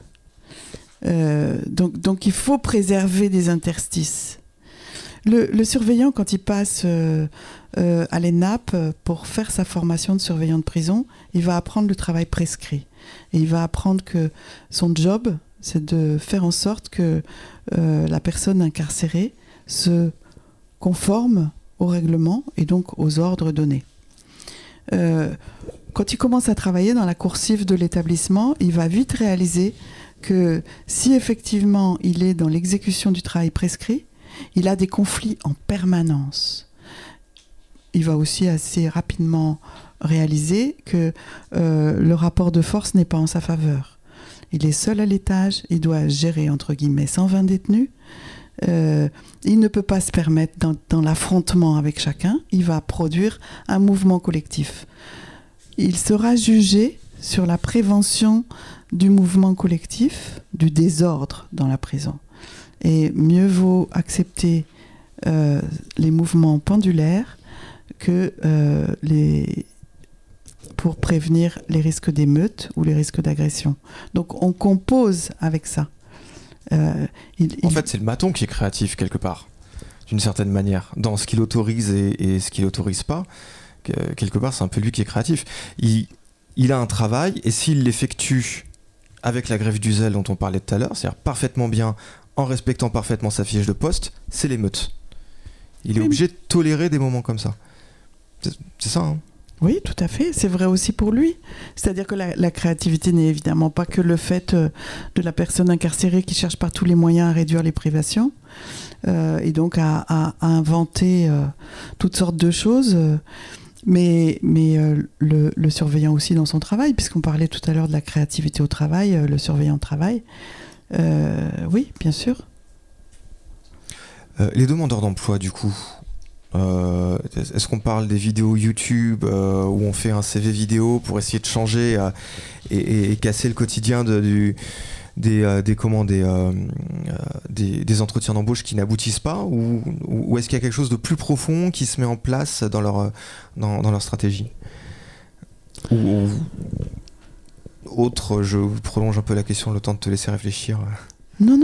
Donc il faut préserver des interstices. Le surveillant, quand il passe à l'ENAP pour faire sa formation de surveillant de prison, il va apprendre le travail prescrit. Et il va apprendre que son job, c'est de faire en sorte que la personne incarcérée se conforme au règlement et donc aux ordres donnés. Quand il commence à travailler dans la coursive de l'établissement, il va vite réaliser que si effectivement il est dans l'exécution du travail prescrit, il a des conflits en permanence. Il va aussi assez rapidement réaliser que le rapport de force n'est pas en sa faveur. Il est seul à l'étage, il doit gérer, entre guillemets, 120 détenus. Il ne peut pas se permettre dans l'affrontement avec chacun. Il va produire un mouvement collectif. Il sera jugé sur la prévention du mouvement collectif, du désordre dans la prison. Et mieux vaut accepter les mouvements pendulaires que pour prévenir les risques d'émeute ou les risques d'agression. Donc on compose avec ça. En fait, c'est le maton qui est créatif quelque part, d'une certaine manière, dans ce qu'il autorise et ce qu'il n'autorise pas. Quelque part, c'est un peu lui qui est créatif. Il a un travail, et s'il l'effectue avec la greffe du zèle dont on parlait tout à l'heure, c'est-à-dire parfaitement bien, en respectant parfaitement sa fiche de poste, c'est l'émeute. Il est obligé de tolérer des moments comme ça. C'est ça, hein ? Oui, tout à fait. C'est vrai aussi pour lui. C'est-à-dire que la créativité n'est évidemment pas que le fait de la personne incarcérée qui cherche par tous les moyens à réduire les privations et donc à inventer toutes sortes de choses. Mais le surveillant aussi dans son travail, puisqu'on parlait tout à l'heure de la créativité au travail, le surveillant travaille. Oui, bien sûr. Les demandeurs d'emploi, du coup, est-ce qu'on parle des vidéos YouTube où on fait un CV vidéo pour essayer de changer et casser le quotidien des entretiens d'embauche qui n'aboutissent pas, ou est-ce qu'il y a quelque chose de plus profond qui se met en place dans leur stratégie ? autre, je prolonge un peu la question, le temps de te laisser réfléchir. Non,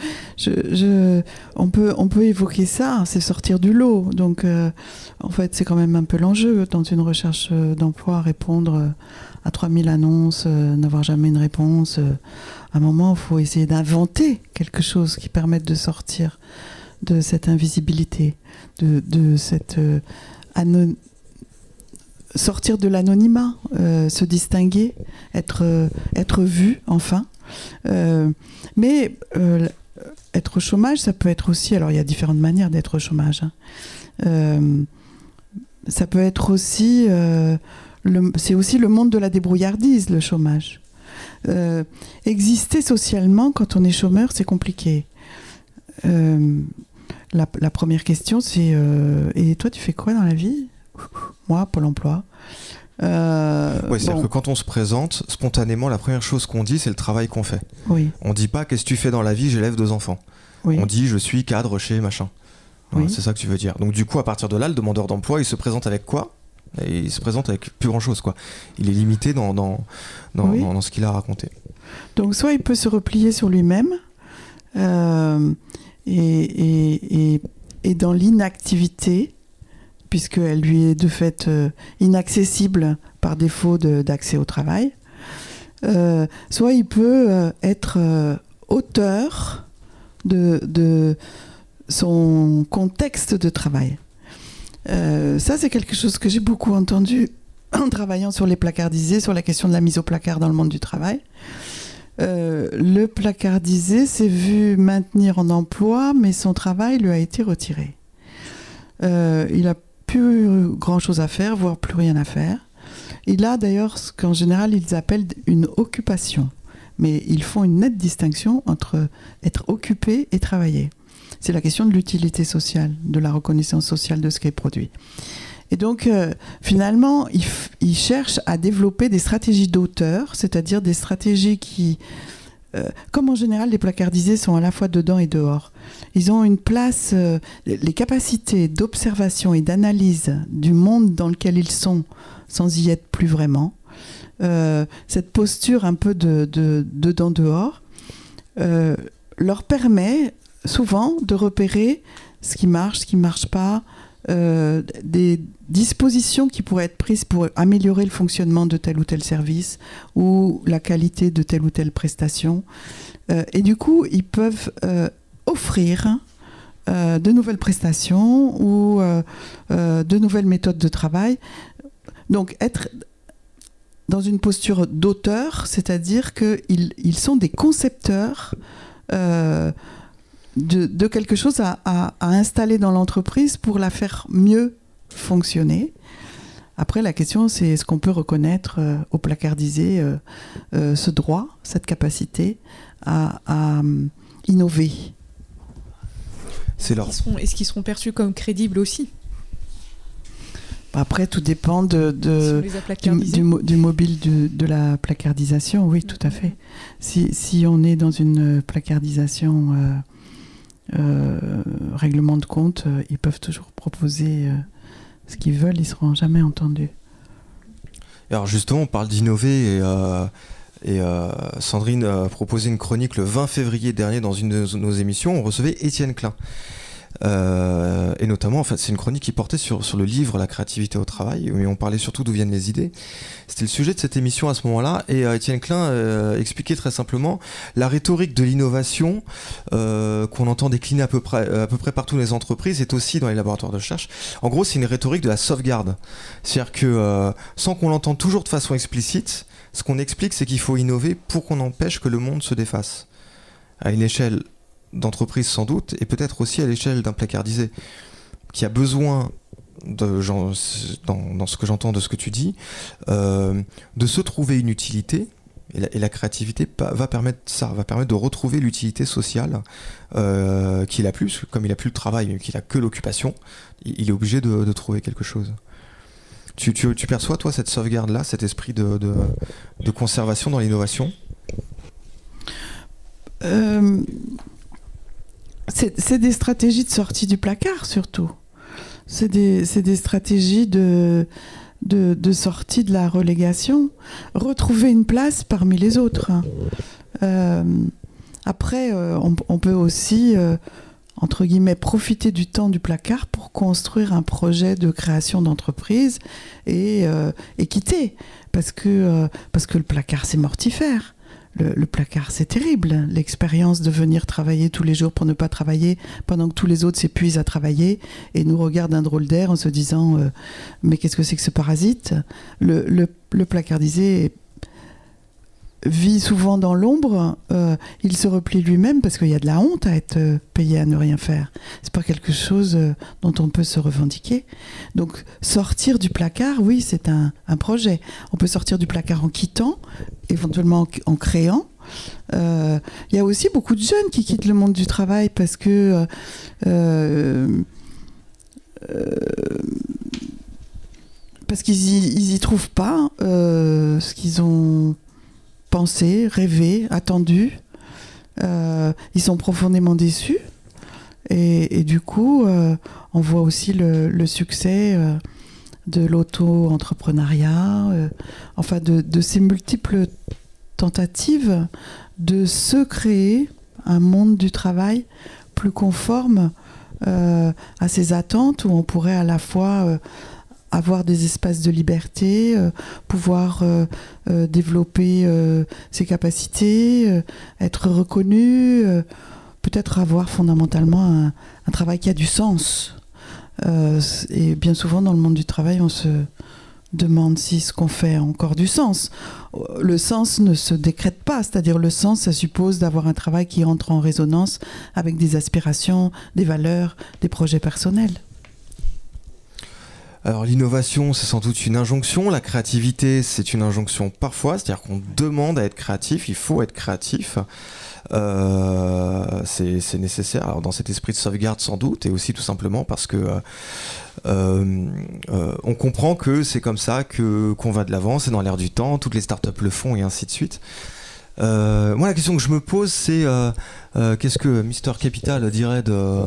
on peut évoquer ça, c'est sortir du lot. Donc, en fait, c'est quand même un peu l'enjeu dans une recherche d'emploi, répondre à 3000 annonces, n'avoir jamais une réponse. À un moment, il faut essayer d'inventer quelque chose qui permette de sortir de cette invisibilité, de cette sortir de l'anonymat, se distinguer, être vu, enfin. Mais être au chômage, ça peut être aussi... Alors, il y a différentes manières d'être au chômage. Ça peut être aussi... c'est aussi le monde de la débrouillardise, le chômage. Exister socialement, quand on est chômeur, c'est compliqué. La première question, c'est et toi, tu fais quoi dans la vie ? Moi, Pôle emploi. C'est-à-dire que quand on se présente, spontanément, la première chose qu'on dit, c'est le travail qu'on fait. Oui. On dit pas qu'est-ce que tu fais dans la vie, j'élève 2 enfants. Oui. On dit je suis cadre chez machin. Oui. C'est ça que tu veux dire. Donc du coup, à partir de là, le demandeur d'emploi, il se présente avec quoi ? Et il se présente avec plus grand-chose, quoi. Il est limité dans ce qu'il a raconté. Donc soit il peut se replier sur lui-même et dans l'inactivité, puisqu'elle lui est de fait inaccessible par défaut d'accès au travail. Soit il peut être auteur de son contexte de travail. Ça, c'est quelque chose que j'ai beaucoup entendu en travaillant sur les placardisés, sur la question de la mise au placard dans le monde du travail. Le placardisé s'est vu maintenir en emploi, mais son travail lui a été retiré. Il n'a plus grand-chose à faire, voire plus rien à faire. Il a d'ailleurs ce qu'en général ils appellent une occupation. Mais ils font une nette distinction entre être occupé et travailler. C'est la question de l'utilité sociale, de la reconnaissance sociale de ce qui est produit. Et donc, finalement, ils cherchent à développer des stratégies d'auteur, c'est-à-dire des stratégies qui, comme en général, les placardisés sont à la fois dedans et dehors. Ils ont une place, les capacités d'observation et d'analyse du monde dans lequel ils sont, sans y être plus vraiment. Cette posture un peu de dedans-dehors leur permet souvent de repérer ce qui marche pas, des dispositions qui pourraient être prises pour améliorer le fonctionnement de tel ou tel service ou la qualité de telle ou telle prestation. Et du coup, ils peuvent offrir de nouvelles prestations ou de nouvelles méthodes de travail. Donc, être dans une posture d'auteur, c'est-à-dire qu'ils sont des concepteurs de quelque chose à installer dans l'entreprise pour la faire mieux fonctionner. Après, la question, c'est est-ce qu'on peut reconnaître au placardisé ce droit, cette capacité à innover. Est-ce qu'ils seront perçus comme crédibles aussi ? Après, tout dépend du mobile de la placardisation. Oui, tout à fait. Si on est dans une placardisation règlement de compte, ils peuvent toujours proposer ce qu'ils veulent, ils ne seront jamais entendus. Alors justement, on parle d'innover et Sandrine a proposé une chronique le 20 février dernier dans une de nos émissions. On recevait Étienne Klein. Et notamment, en fait, c'est une chronique qui portait sur le livre La créativité au travail, mais on parlait surtout d'où viennent les idées. C'était le sujet de cette émission à ce moment-là, et Étienne Klein expliquait très simplement la rhétorique de l'innovation qu'on entend décliner à peu près partout dans les entreprises, est aussi dans les laboratoires de recherche. En gros, c'est une rhétorique de la sauvegarde. C'est-à-dire que sans qu'on l'entende toujours de façon explicite, ce qu'on explique, c'est qu'il faut innover pour qu'on empêche que le monde se défasse. À une échelle d'entreprise sans doute, et peut-être aussi à l'échelle d'un placardisé qui a besoin, dans ce que j'entends de ce que tu dis, de se trouver une utilité, et la créativité va permettre de retrouver l'utilité sociale qu'il a plus, comme il a plus le travail, mais qu'il a que l'occupation, il est obligé de trouver quelque chose. Tu perçois, toi, cette sauvegarde-là, cet esprit de conservation dans l'innovation ? C'est des stratégies de sortie du placard, surtout. C'est des stratégies de de sortie de la relégation, retrouver une place parmi les autres. Après, on peut aussi, entre guillemets, profiter du temps du placard pour construire un projet de création d'entreprise et quitter. Parce que le placard, c'est mortifère. Le placard, c'est terrible. L'expérience de venir travailler tous les jours pour ne pas travailler pendant que tous les autres s'épuisent à travailler et nous regardent d'un drôle d'air en se disant mais qu'est-ce que c'est que ce parasite ? Le placardisé vit souvent dans l'ombre, il se replie lui-même parce qu'il y a de la honte à être payé à ne rien faire. C'est pas quelque chose dont on peut se revendiquer. Donc sortir du placard, oui, c'est un projet. On peut sortir du placard en quittant, éventuellement en créant. Il y a aussi beaucoup de jeunes qui quittent le monde du travail parce que parce qu'ils y trouvent pas ce qu'ils ont pensé, rêvé, attendu. Ils sont profondément déçus. Et du coup, on voit aussi le succès de l'auto-entrepreneuriat, enfin de ces multiples tentatives de se créer un monde du travail plus conforme à ses attentes, où on pourrait à la fois avoir des espaces de liberté, pouvoir développer ses capacités, être reconnu, peut-être avoir fondamentalement un travail qui a du sens. Et bien souvent dans le monde du travail, on se demande si ce qu'on fait a encore du sens. Le sens ne se décrète pas, c'est-à-dire le sens, ça suppose d'avoir un travail qui entre en résonance avec des aspirations, des valeurs, des projets personnels. Alors l'innovation, c'est sans doute une injonction, la créativité, c'est une injonction parfois, c'est-à-dire qu'on demande à être créatif, il faut être créatif, c'est nécessaire. Alors dans cet esprit de sauvegarde sans doute, et aussi tout simplement parce que on comprend que c'est comme ça qu'on va de l'avant, c'est dans l'air du temps, toutes les startups le font et ainsi de suite. Moi la question que je me pose c'est qu'est-ce que Mr Capital dirait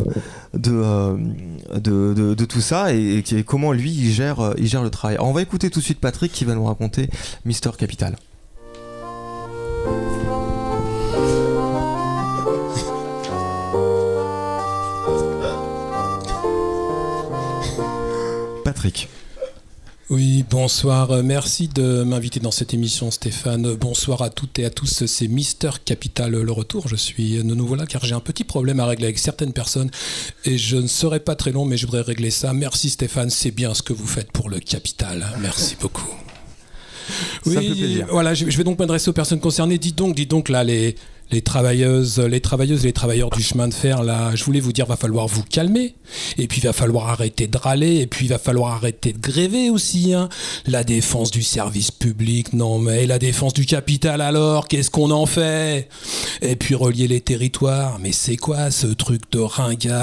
de tout ça et comment lui il gère le travail. Alors, on va écouter tout de suite Patrick qui va nous raconter Mr Capital. Patrick. Oui, bonsoir. Merci de m'inviter dans cette émission, Stéphane. Bonsoir à toutes et à tous. C'est Mister Capital, le retour. Je suis de nouveau là car j'ai un petit problème à régler avec certaines personnes et je ne serai pas très long, mais je voudrais régler ça. Merci Stéphane, c'est bien ce que vous faites pour le capital. Merci beaucoup. Oui, ça fait plaisir. Voilà, je vais donc m'adresser aux personnes concernées. Dites donc là, les travailleuses, les travailleurs du chemin de fer, là, je voulais vous dire, va falloir vous calmer. Et puis, il va falloir arrêter de râler. Et puis, il va falloir arrêter de gréver aussi. Hein. La défense du service public, non, mais la défense du capital alors, qu'est-ce qu'on en fait ? Et puis, relier les territoires. Mais c'est quoi ce truc de ringard ?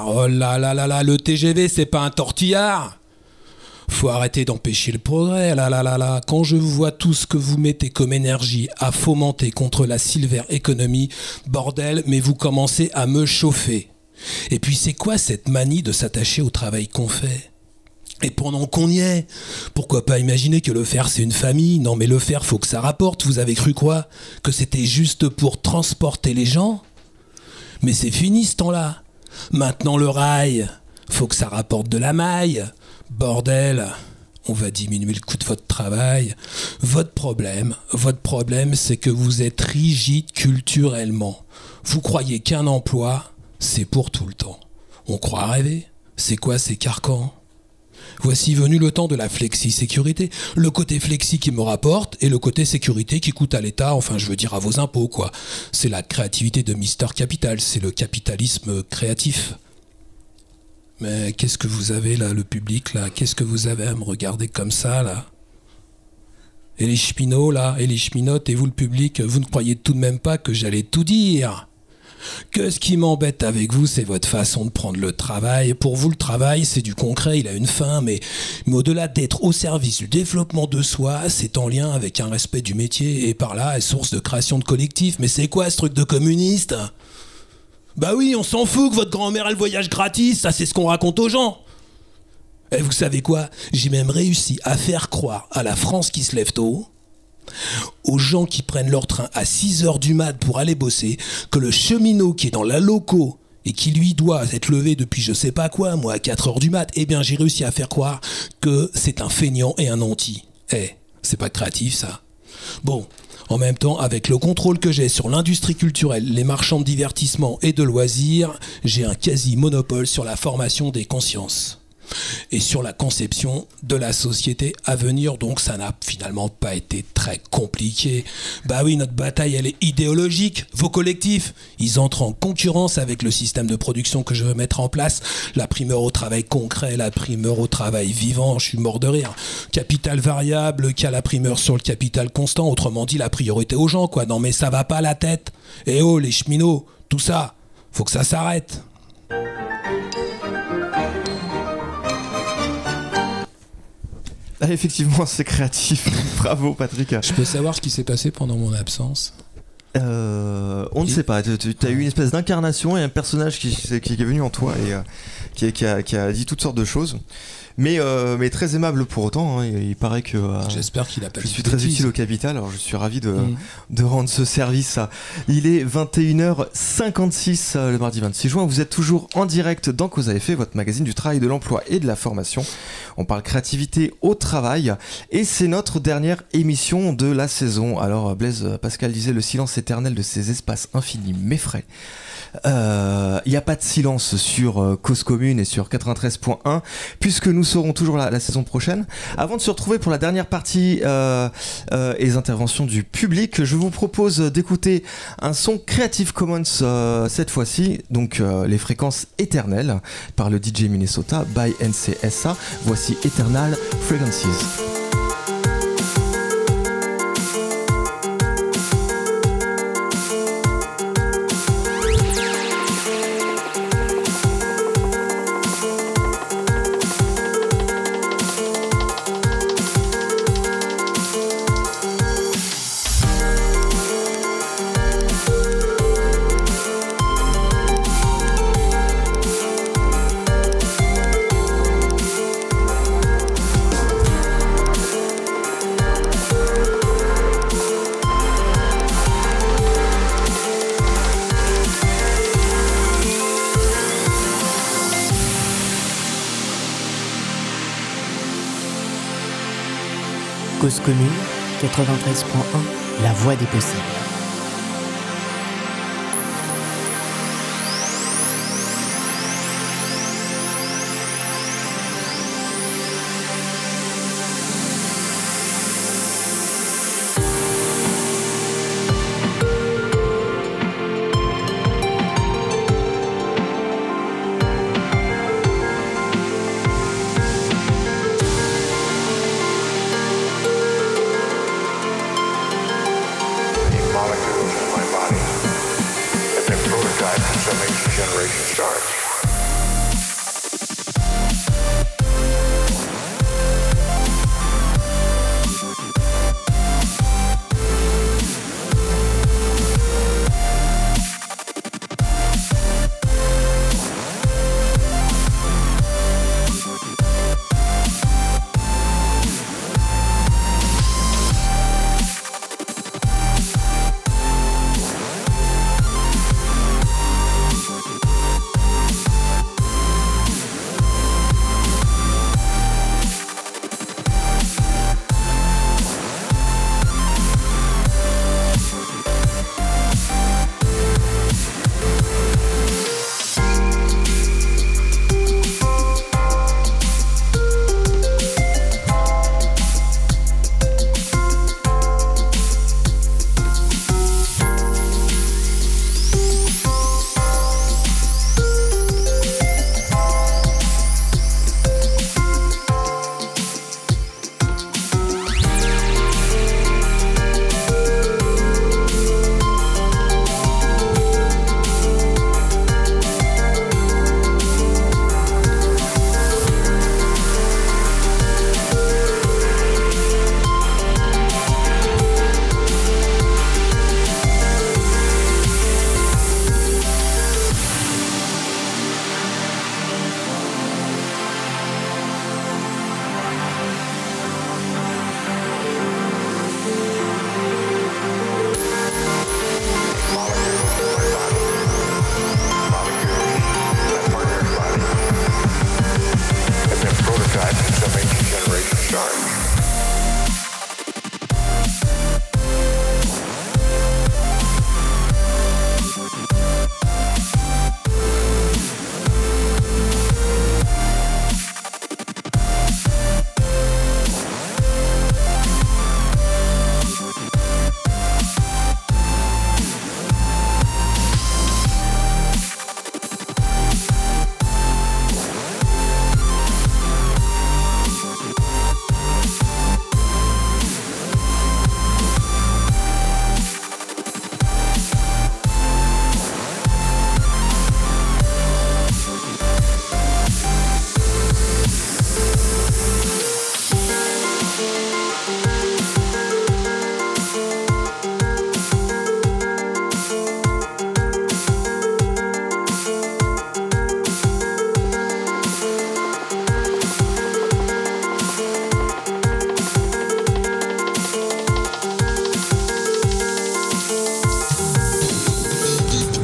Oh là là là là, le TGV, c'est pas un tortillard ? Faut arrêter d'empêcher le progrès, là. Quand je vois tout ce que vous mettez comme énergie à fomenter contre la silver economy, bordel, mais vous commencez à me chauffer. Et puis c'est quoi cette manie de s'attacher au travail qu'on fait ? Et pendant qu'on y est, pourquoi pas imaginer que le fer c'est une famille ? Non mais le fer faut que ça rapporte, vous avez cru quoi ? Que c'était juste pour transporter les gens ? Mais c'est fini ce temps-là. Maintenant le rail, faut que ça rapporte de la maille. Bordel, on va diminuer le coût de votre travail. Votre problème, c'est que vous êtes rigide culturellement. Vous croyez qu'un emploi, c'est pour tout le temps. On croit rêver. C'est quoi ces carcans ? Voici venu le temps de la flexi-sécurité. Le côté flexi qui me rapporte et le côté sécurité qui coûte à l'État, enfin je veux dire à vos impôts quoi. C'est la créativité de Mister Capital, c'est le capitalisme créatif. Mais qu'est-ce que vous avez là, le public là ? Qu'est-ce que vous avez à me regarder comme ça là ? Et les cheminots là, et les cheminotes, et vous le public, vous ne croyez tout de même pas que j'allais tout dire ? Que ce qui m'embête avec vous, c'est votre façon de prendre le travail. Pour vous, le travail, c'est du concret, il a une fin, mais au-delà d'être au service du développement de soi, c'est en lien avec un respect du métier, et par là, est source de création de collectif. Mais c'est quoi ce truc de communiste ? Bah oui, on s'en fout que votre grand-mère elle voyage gratis, ça c'est ce qu'on raconte aux gens. Et vous savez quoi ? J'ai même réussi à faire croire à la France qui se lève tôt, aux gens qui prennent leur train à 6h du mat pour aller bosser, que le cheminot qui est dans la loco et qui lui doit être levé depuis je sais pas quoi, moi à 4h du mat, eh bien j'ai réussi à faire croire que c'est un feignant et un nanti. C'est pas créatif ça. Bon, en même temps, avec le contrôle que j'ai sur l'industrie culturelle, les marchands de divertissement et de loisirs, j'ai un quasi-monopole sur la formation des consciences et sur la conception de la société à venir, donc ça n'a finalement pas été très compliqué. Bah oui, notre bataille elle est idéologique. Vos collectifs, ils entrent en concurrence avec le système de production que je veux mettre en place, la primeur au travail concret, la primeur au travail vivant, je suis mort de rire. Capital variable qui a la primeur sur le capital constant, autrement dit la priorité aux gens quoi. Non mais ça va pas la tête. Eh oh les cheminots, tout ça, faut que ça s'arrête. Ah, effectivement, c'est créatif. Bravo, Patrick. Je peux savoir ce qui s'est passé pendant mon absence ? On ne sait pas. Tu as eu une espèce d'incarnation et un personnage qui est venu en toi et qui a dit toutes sortes de choses. Mais très aimable pour autant. Hein. Il paraît que j'espère qu'il a pas. Je suis très utile au capital. Alors je suis ravi de rendre ce service. Il est 21h56 le mardi 26 juin. Vous êtes toujours en direct dans Cause à effet, votre magazine du travail, de l'emploi et de la formation. On parle créativité au travail et c'est notre dernière émission de la saison. Alors Blaise Pascal disait le silence éternel de ces espaces infinis m'effraie. Il n'y a pas de silence sur Cause Commune et sur 93.1 puisque nous serons toujours la saison prochaine. Avant de se retrouver pour la dernière partie et les interventions du public, je vous propose d'écouter un son Creative Commons cette fois-ci, donc les fréquences éternelles par le DJ Minnesota by NCSA. Voici Eternal Frequencies. Cause Commune, 93.1, la voix des possibles.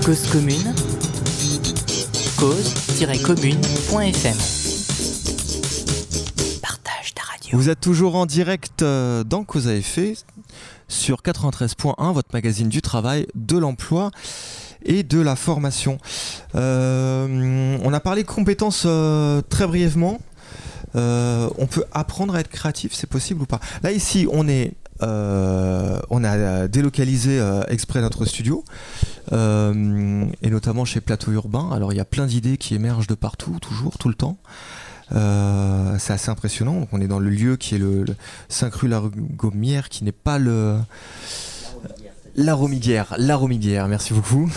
Cause commune, cause-commune.fm. Partage ta radio. Vous êtes toujours en direct dans Cause à effet sur 93.1, votre magazine du travail, de l'emploi et de la formation. On a parlé compétences très brièvement. On peut apprendre à être créatif, c'est possible ou pas? Là ici, on a délocalisé exprès notre studio, et notamment chez Plateau Urbain. Alors il y a plein d'idées qui émergent de partout, toujours, tout le temps. C'est assez impressionnant. Donc on est dans le lieu qui est le 5 rue Laragomière, qui n'est pas le... La Romiguière, merci beaucoup.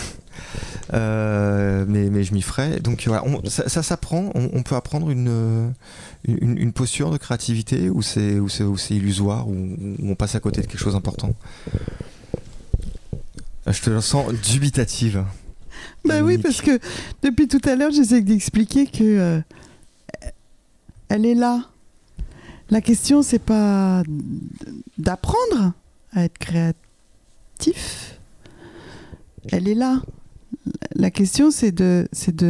Mais je m'y ferai. Donc voilà, ça s'apprend. On peut apprendre une posture de créativité où c'est illusoire, où on passe à côté de quelque chose d'important. Je te sens dubitative. Bah oui, parce que depuis tout à l'heure, j'essaie d'expliquer que elle est là. La question, c'est pas d'apprendre à être créatif. Elle est là. La question, c'est de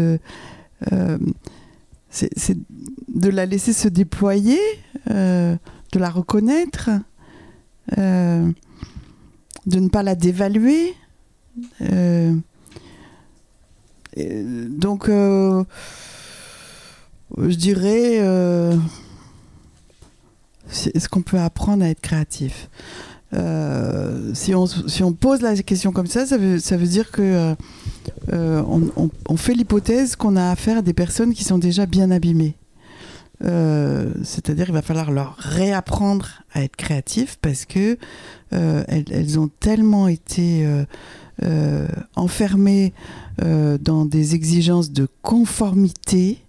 la laisser se déployer, de la reconnaître, de ne pas la dévaluer. Donc, je dirais, est-ce qu'on peut apprendre à être créatif? Si on pose la question comme ça veut dire que on fait l'hypothèse qu'on a affaire à des personnes qui sont déjà bien abîmées. C'est-à-dire qu'il va falloir leur réapprendre à être créatifs parce que elles ont tellement été enfermées dans des exigences de conformité,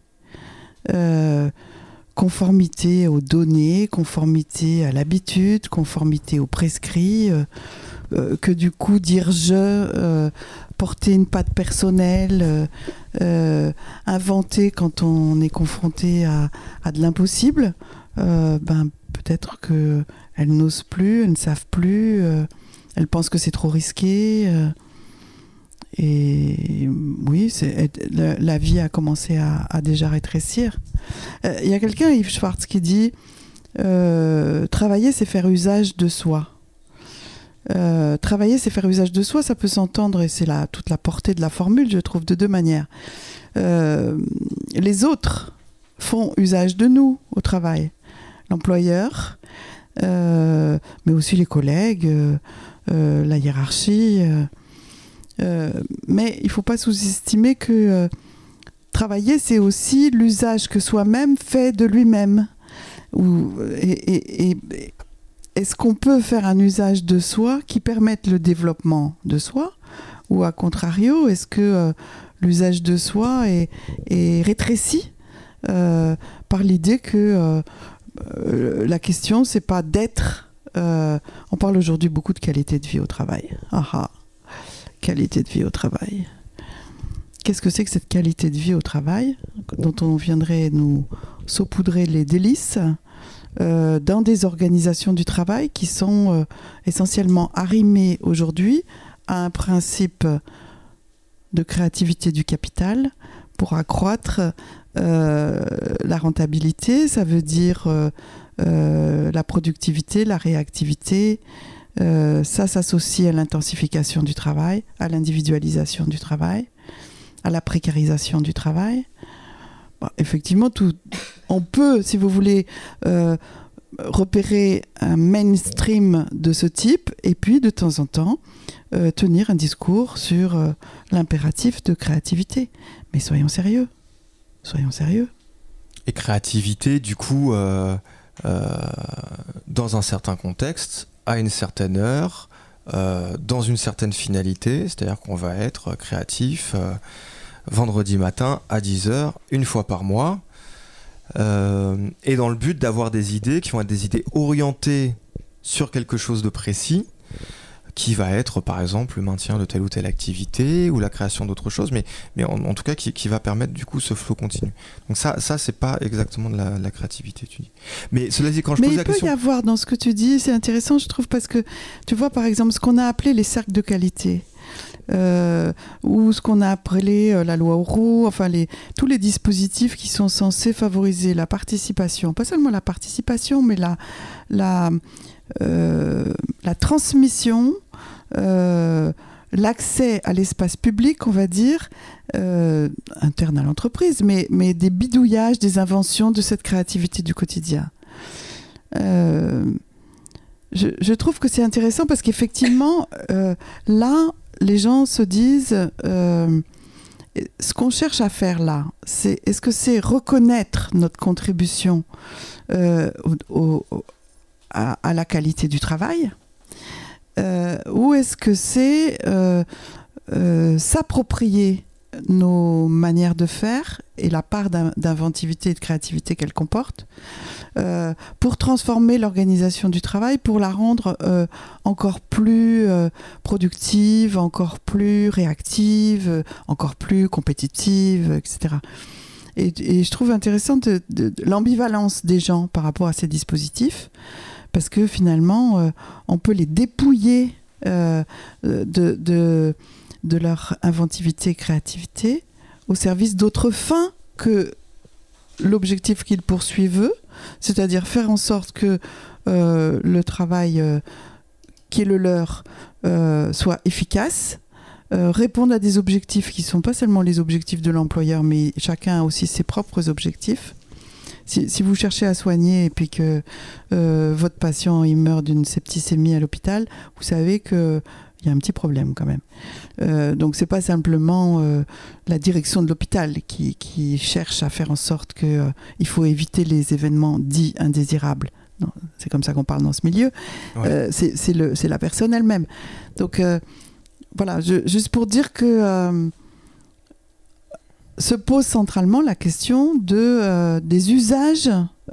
conformité aux données, conformité à l'habitude, conformité aux prescrits, que du coup dire porter une patte personnelle, inventer quand on est confronté à de l'impossible, peut-être qu'elles n'osent plus, elles ne savent plus, elles pensent que c'est trop risqué. Et oui, la vie a commencé à déjà rétrécir. Il y a quelqu'un, Yves Schwartz, qui dit travailler, c'est faire usage de soi. Travailler, c'est faire usage de soi, ça peut s'entendre, et c'est toute la portée de la formule, je trouve, de deux manières. Les autres font usage de nous au travail. L'employeur, mais aussi les collègues, la hiérarchie. Mais il ne faut pas sous-estimer que travailler, c'est aussi l'usage que soi-même fait de lui-même. Est-ce qu'on peut faire un usage de soi qui permette le développement de soi? Ou à contrario, est-ce que l'usage de soi est rétréci par l'idée que la question, c'est pas d'être... on parle aujourd'hui beaucoup de qualité de vie au travail. Qualité de vie au travail. Qu'est-ce que c'est que cette qualité de vie au travail dont on viendrait nous saupoudrer les délices dans des organisations du travail qui sont essentiellement arrimées aujourd'hui à un principe de créativité du capital pour accroître la rentabilité, ça veut dire la productivité, la réactivité. Ça s'associe à l'intensification du travail, à l'individualisation du travail, à la précarisation du travail. Effectivement, on peut, si vous voulez, repérer un mainstream de ce type et puis, de temps en temps, tenir un discours sur l'impératif de créativité. Mais soyons sérieux. Et créativité, du coup, dans un certain contexte, à une certaine heure, dans une certaine finalité, c'est-à-dire qu'on va être créatif vendredi matin à 10h, une fois par mois, et dans le but d'avoir des idées qui vont être des idées orientées sur quelque chose de précis, qui va être par exemple le maintien de telle ou telle activité ou la création d'autre chose, mais en tout cas qui va permettre du coup ce flow continu. Donc ça c'est pas exactement de la créativité, tu dis. Mais cela dit, quand je pose la question... Mais il peut y avoir dans ce que tu dis, c'est intéressant je trouve, parce que tu vois par exemple ce qu'on a appelé les cercles de qualité. ou ce qu'on a appelé la loi Auroux, enfin tous les dispositifs qui sont censés favoriser la participation, pas seulement la participation, mais la transmission, l'accès à l'espace public, on va dire, interne à l'entreprise, mais des bidouillages, des inventions de cette créativité du quotidien. Je trouve que c'est intéressant parce qu'effectivement, là, les gens se disent, ce qu'on cherche à faire là, est-ce que c'est reconnaître notre contribution à la qualité du travail, ou est-ce que c'est s'approprier nos manières de faire et la part d'inventivité et de créativité qu'elles comportent pour transformer l'organisation du travail, pour la rendre encore plus productive, encore plus réactive, encore plus compétitive, etc. Et je trouve intéressant de l'ambivalence des gens par rapport à ces dispositifs, parce que finalement, on peut les dépouiller de leur inventivité et créativité au service d'autres fins que l'objectif qu'ils poursuivent eux, c'est-à-dire faire en sorte que le travail qui est le leur soit efficace, répondre à des objectifs qui ne sont pas seulement les objectifs de l'employeur, mais chacun a aussi ses propres objectifs. Si vous cherchez à soigner et puis que votre patient il meurt d'une septicémie à l'hôpital, vous savez qu'il y a un petit problème quand même. Donc c'est pas simplement la direction de l'hôpital qui cherche à faire en sorte qu'il faut éviter les événements dits indésirables. Non, c'est comme ça qu'on parle dans ce milieu. Ouais. C'est la personne elle-même. Donc voilà, juste pour dire que se pose centralement la question des usages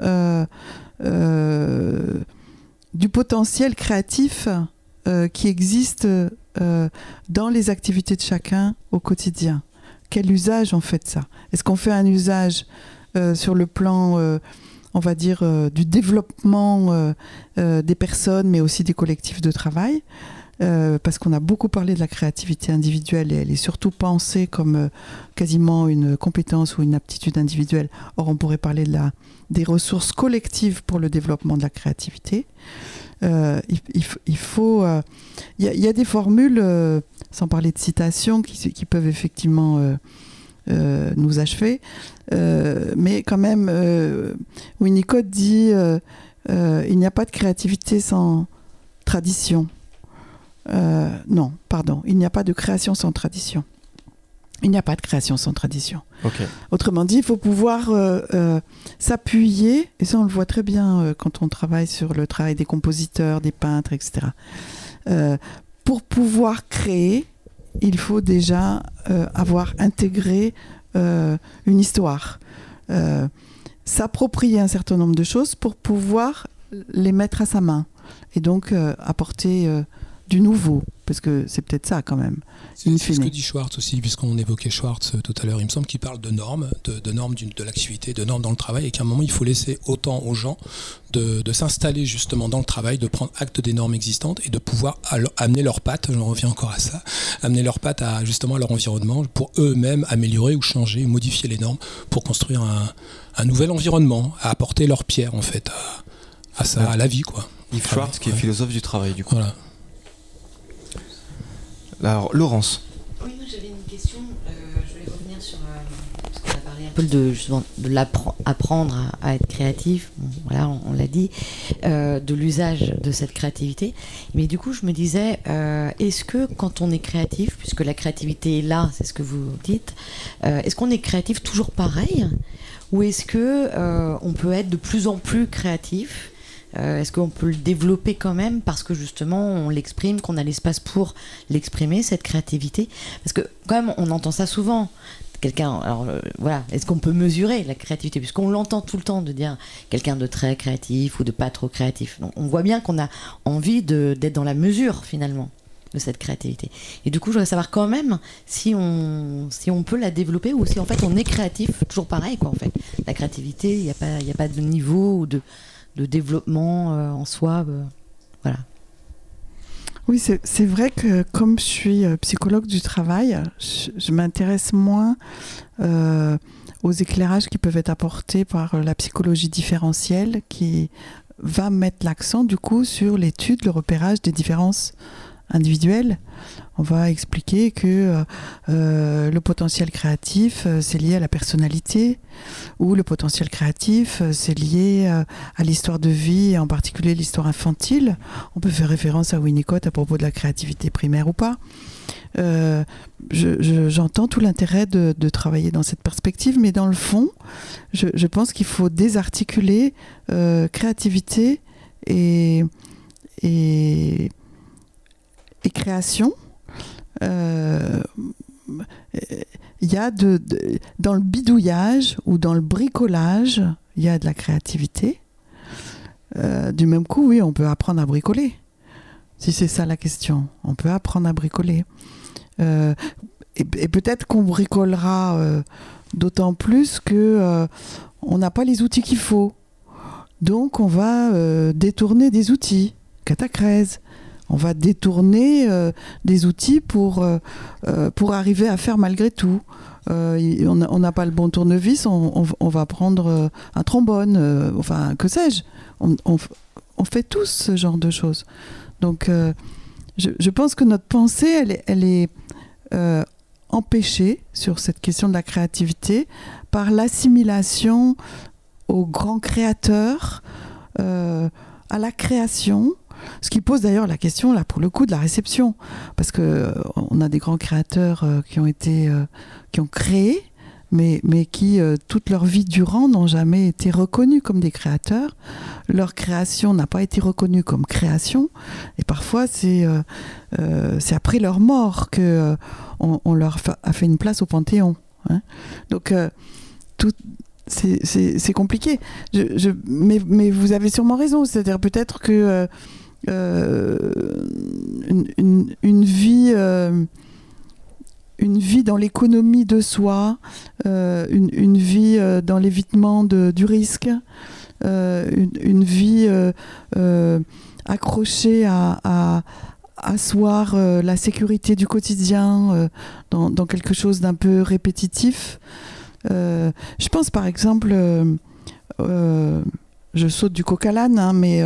du potentiel créatif qui existe dans les activités de chacun au quotidien. Quel usage on fait de ça ? Est-ce qu'on fait un usage sur le plan, on va dire, du développement des personnes, mais aussi des collectifs de travail ? Parce qu'on a beaucoup parlé de la créativité individuelle et elle est surtout pensée comme quasiment une compétence ou une aptitude individuelle. Or, on pourrait parler des ressources collectives pour le développement de la créativité. Il faut... Il y a des formules, sans parler de citations, qui peuvent effectivement nous achever. Mais quand même, Winnicott dit il n'y a pas de créativité sans tradition. Non, pardon, il n'y a pas de création sans tradition. Il n'y a pas de création sans tradition. Okay. Autrement dit, il faut pouvoir s'appuyer, et ça on le voit très bien quand on travaille sur le travail des compositeurs, des peintres, etc. Pour pouvoir créer, il faut déjà avoir intégré une histoire, s'approprier un certain nombre de choses pour pouvoir les mettre à sa main, et donc apporter... du nouveau, parce que c'est peut-être ça quand même. C'est ce que dit Schwartz aussi, puisqu'on évoquait Schwartz tout à l'heure. Il me semble qu'il parle de normes, de normes de l'activité, de normes dans le travail, et qu'à un moment, il faut laisser autant aux gens de s'installer justement dans le travail, de prendre acte des normes existantes et de pouvoir amener leurs pattes, j'en reviens encore à ça, amener leurs pattes justement à leur environnement pour eux-mêmes améliorer ou changer, ou modifier les normes pour construire un nouvel environnement, à apporter leur pierre en fait à ça, à la vie, quoi. Yves Schwartz, qui est philosophe du travail, du coup. Voilà. Alors, Laurence. Oui, moi j'avais une question. Je voulais revenir sur. Parce qu'on a parlé un peu de l'apprendre à être créatif. Bon, voilà, on l'a dit. De l'usage de cette créativité. Mais du coup, je me disais, est-ce que quand on est créatif, puisque la créativité est là, c'est ce que vous dites, est-ce qu'on est créatif toujours pareil ? Ou est-ce qu'on peut être de plus en plus créatif ? Est-ce qu'on peut le développer quand même parce que justement on l'exprime, qu'on a l'espace pour l'exprimer, cette créativité ? Parce que quand même on entend ça souvent. Voilà, est-ce qu'on peut mesurer la créativité ? Puisqu'on l'entend tout le temps de dire quelqu'un de très créatif ou de pas trop créatif. Donc on voit bien qu'on a envie d'être dans la mesure finalement de cette créativité. Et du coup je voudrais savoir quand même si on peut la développer ou si en fait on est créatif, toujours pareil quoi en fait. La créativité, il n'y a pas de niveau ou de développement en soi, voilà. Oui, c'est vrai que comme je suis psychologue du travail, je m'intéresse moins aux éclairages qui peuvent être apportés par la psychologie différentielle qui va mettre l'accent du coup sur l'étude, le repérage des différences individuelles. On va expliquer que le potentiel créatif, c'est lié à la personnalité, ou le potentiel créatif, c'est lié à l'histoire de vie, et en particulier l'histoire infantile. On peut faire référence à Winnicott à propos de la créativité primaire ou pas. J'entends tout l'intérêt de travailler dans cette perspective, mais dans le fond, je pense qu'il faut désarticuler créativité et création. Il y a dans le bidouillage ou dans le bricolage, il y a de la créativité. Du même coup, oui, on peut apprendre à bricoler. Si c'est ça la question, on peut apprendre à bricoler. Et peut-être qu'on bricolera d'autant plus que on n'a pas les outils qu'il faut. Donc on va détourner des outils. Catacrèse. On va détourner des outils pour arriver à faire malgré tout. On n'a pas le bon tournevis, on va prendre un trombone, enfin, que sais-je. On fait tous ce genre de choses. Donc, je pense que notre pensée, elle est empêchée sur cette question de la créativité par l'assimilation aux grands créateurs, à la création. Ce qui pose d'ailleurs la question, là, pour le coup, de la réception. Parce qu'on a des grands créateurs qui ont créé, mais qui, toute leur vie durant, n'ont jamais été reconnus comme des créateurs. Leur création n'a pas été reconnue comme création. Et parfois, c'est après leur mort qu'on leur a fait une place au Panthéon. Hein. Donc, c'est compliqué. Mais vous avez sûrement raison. C'est-à-dire peut-être que une vie dans l'économie de soi, une vie dans l'évitement du risque, une vie accrochée à asseoir la sécurité du quotidien dans quelque chose d'un peu répétitif. Je pense par exemple, je saute du coq à l'âne, hein, mais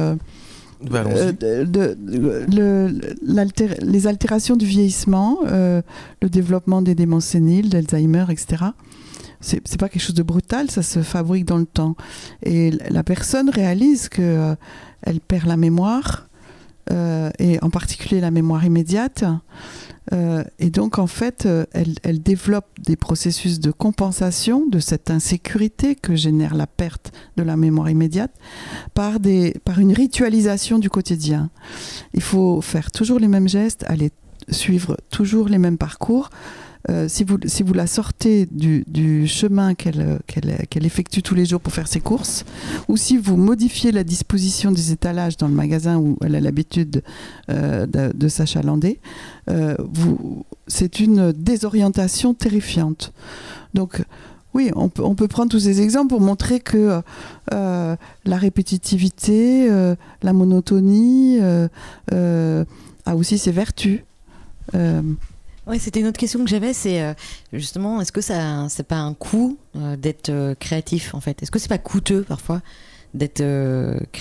les altérations du vieillissement, le développement des démences séniles, d'Alzheimer, etc. C'est pas quelque chose de brutal, ça se fabrique dans le temps. Et la personne réalise que elle perd la mémoire, et en particulier la mémoire immédiate. Et donc, en fait, elle développe des processus de compensation de cette insécurité que génère la perte de la mémoire immédiate par une ritualisation du quotidien. Il faut faire toujours les mêmes gestes, aller suivre toujours les mêmes parcours. Si vous la sortez du chemin qu'elle effectue tous les jours pour faire ses courses, ou si vous modifiez la disposition des étalages dans le magasin où elle a l'habitude de s'achalander, c'est une désorientation terrifiante. Donc oui, on peut prendre tous ces exemples pour montrer que la répétitivité, la monotonie a aussi ses vertus. Oui, c'était une autre question que j'avais, c'est justement, est-ce que c'est pas un coût d'être créatif en fait ? Est-ce que c'est pas coûteux parfois d'être créatif ?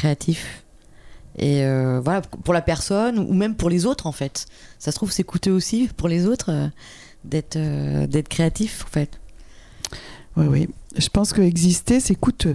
Et voilà, pour la personne ou même pour les autres en fait. Ça se trouve c'est coûteux aussi pour les autres d'être créatif en fait. Oui. Je pense que exister c'est coûteux.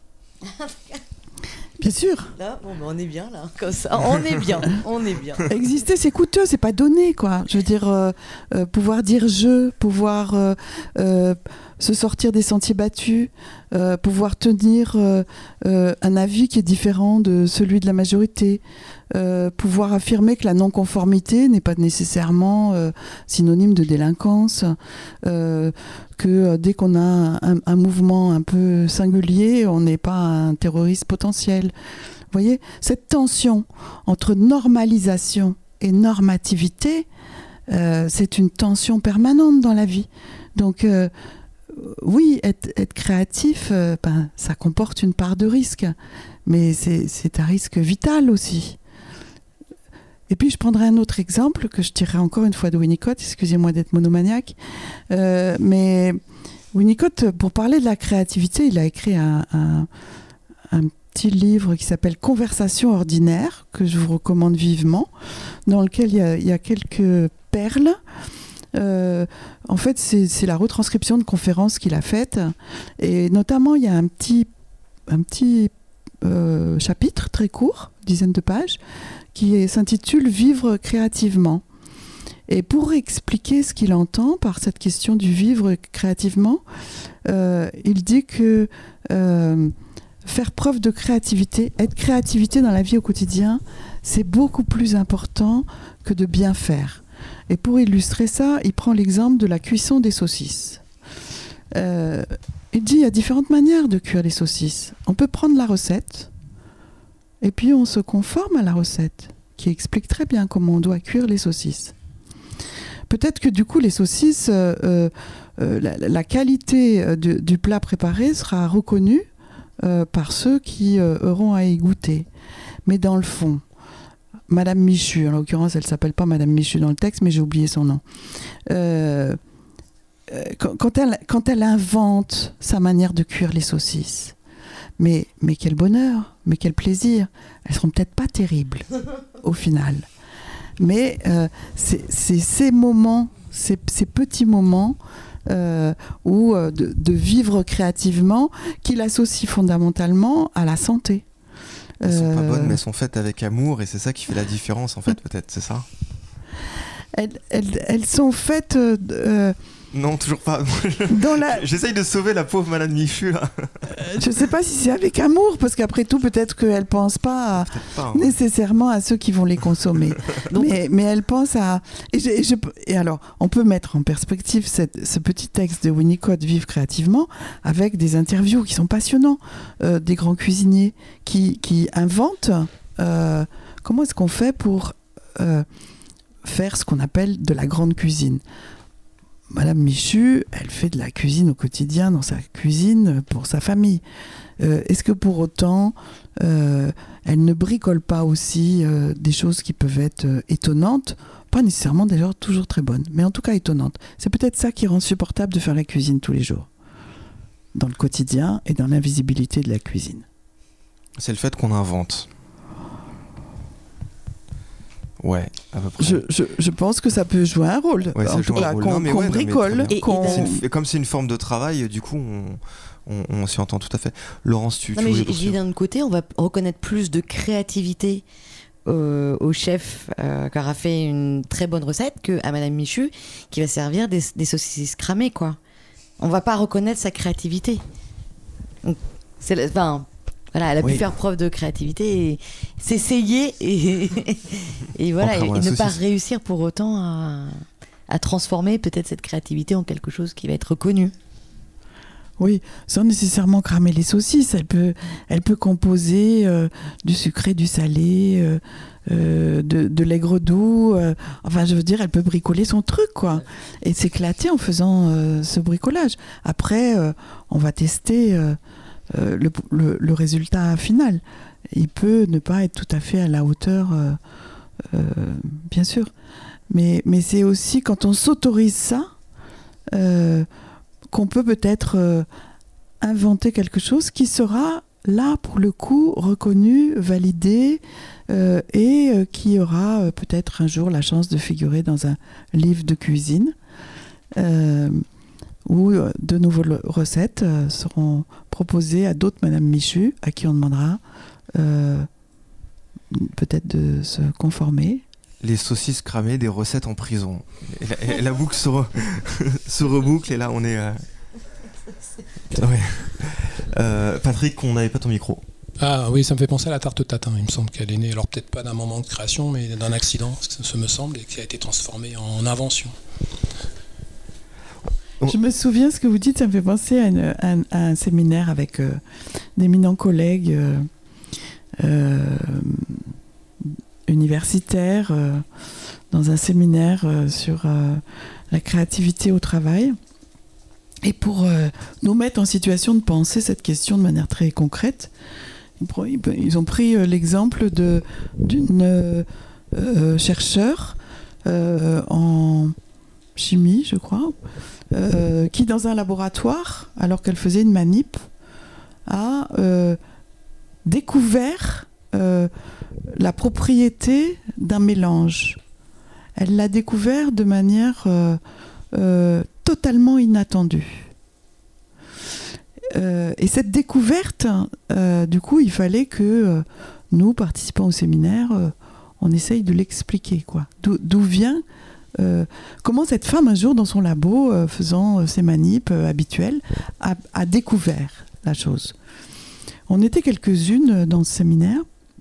Bien sûr. Là, bon, on est bien là, comme ça. On est bien. Exister, c'est coûteux, c'est pas donné, quoi. Je veux dire, pouvoir dire pouvoir se sortir des sentiers battus, pouvoir tenir un avis qui est différent de celui de la majorité, pouvoir affirmer que la non-conformité n'est pas nécessairement synonyme de délinquance, que dès qu'on a un mouvement un peu singulier, on n'est pas un terroriste potentiel. Vous voyez, cette tension entre normalisation et normativité, c'est une tension permanente dans la vie. Donc, oui, être créatif, ça comporte une part de risque, mais c'est un risque vital aussi. Et puis je prendrai un autre exemple que je tirerai encore une fois de Winnicott, excusez-moi d'être monomaniaque, mais Winnicott, pour parler de la créativité, il a écrit un petit livre qui s'appelle Conversations ordinaires, que je vous recommande vivement, dans lequel il y a quelques perles. En fait, c'est la retranscription de conférences qu'il a faites, et notamment il y a un petit chapitre très court, dizaine de pages, qui s'intitule « Vivre créativement ». Et pour expliquer ce qu'il entend par cette question du vivre créativement, il dit que faire preuve de créativité, être créativité dans la vie au quotidien, c'est beaucoup plus important que de bien faire. Et pour illustrer ça, il prend l'exemple de la cuisson des saucisses. Il dit il y a différentes manières de cuire les saucisses. On peut prendre la recette, et puis on se conforme à la recette, qui explique très bien comment on doit cuire les saucisses. Peut-être que du coup, les saucisses, la qualité du plat préparé sera reconnue par ceux qui auront à y goûter. Mais dans le fond, Madame Michu, en l'occurrence, elle ne s'appelle pas Madame Michu dans le texte, mais j'ai oublié son nom. Quand elle invente sa manière de cuire les saucisses, mais quel bonheur, mais quel plaisir. Elles ne seront peut-être pas terribles au final. Mais c'est ces moments, ces petits moments où de vivre créativement qu'il associe fondamentalement à la santé. Elles sont pas bonnes, mais elles sont faites avec amour, et c'est ça qui fait la différence, en fait, peut-être, c'est ça ? Elles sont faites... Non, toujours pas. La... J'essaye de sauver la pauvre Madame Michu, là. Je ne sais pas si c'est avec amour, parce qu'après tout, peut-être qu'elle ne pense pas, nécessairement à ceux qui vont les consommer. mais elle pense à... Et alors, on peut mettre en perspective ce petit texte de Winnicott, Vivre créativement, avec des interviews qui sont passionnants, des grands cuisiniers qui inventent comment est-ce qu'on fait pour faire ce qu'on appelle de la grande cuisine. Madame Michu, elle fait de la cuisine au quotidien dans sa cuisine pour sa famille. Est-ce que pour autant, elle ne bricole pas aussi des choses qui peuvent être étonnantes, pas nécessairement d'ailleurs toujours très bonnes, mais en tout cas étonnantes. C'est peut-être ça qui rend supportable de faire la cuisine tous les jours, dans le quotidien et dans l'invisibilité de la cuisine. C'est le fait qu'on invente. Ouais, à peu près. Je pense que ça peut jouer un rôle. Ouais, en tout cas, qu'on bricole. Comme c'est une forme de travail, du coup, on s'y entend tout à fait. Laurence, tu mais je dis d'un côté, on va reconnaître plus de créativité au chef qui aura fait une très bonne recette qu'à Madame Michu qui va servir des saucisses cramées, quoi. On va pas reconnaître sa créativité. Donc, voilà, elle a pu faire preuve de créativité et s'essayer et voilà, et ne pas réussir pour autant à transformer peut-être cette créativité en quelque chose qui va être reconnu. Oui, sans nécessairement cramer les saucisses, elle peut composer du sucré, du salé, de l'aigre doux. Enfin, je veux dire, elle peut bricoler son truc, quoi, et s'éclater en faisant ce bricolage. Après, on va tester. Le résultat final. Il peut ne pas être tout à fait à la hauteur, bien sûr. Mais c'est aussi quand on s'autorise ça qu'on peut peut-être inventer quelque chose qui sera là, pour le coup, reconnu, validé et qui aura peut-être un jour la chance de figurer dans un livre de cuisine. Où de nouvelles recettes seront proposées à d'autres Madame Michu, à qui on demandera peut-être de se conformer. Les saucisses cramées, des recettes en prison. Et la boucle se reboucle, et là on est... Ouais. Patrick, on n'avait pas ton micro. Ah oui, ça me fait penser à la tarte tatin. Il me semble qu'elle est née, alors peut-être pas d'un moment de création, mais d'un accident, ça me semble, et qui a été transformée en invention. Je me souviens, ce que vous dites, ça me fait penser à un séminaire avec d'éminents collègues universitaires dans un séminaire sur la créativité au travail. Et pour nous mettre en situation de penser cette question de manière très concrète, ils ont pris l'exemple d'une chercheur en chimie, je crois, qui dans un laboratoire, alors qu'elle faisait une manip, a découvert la propriété d'un mélange. Elle l'a découvert de manière totalement inattendue. Et cette découverte, du coup, il fallait que nous, participants au séminaire, on essaye de l'expliquer, quoi. D'où vient, comment cette femme, un jour, dans son labo, faisant ses manips habituelles, a découvert la chose. On était quelques-unes dans ce séminaire,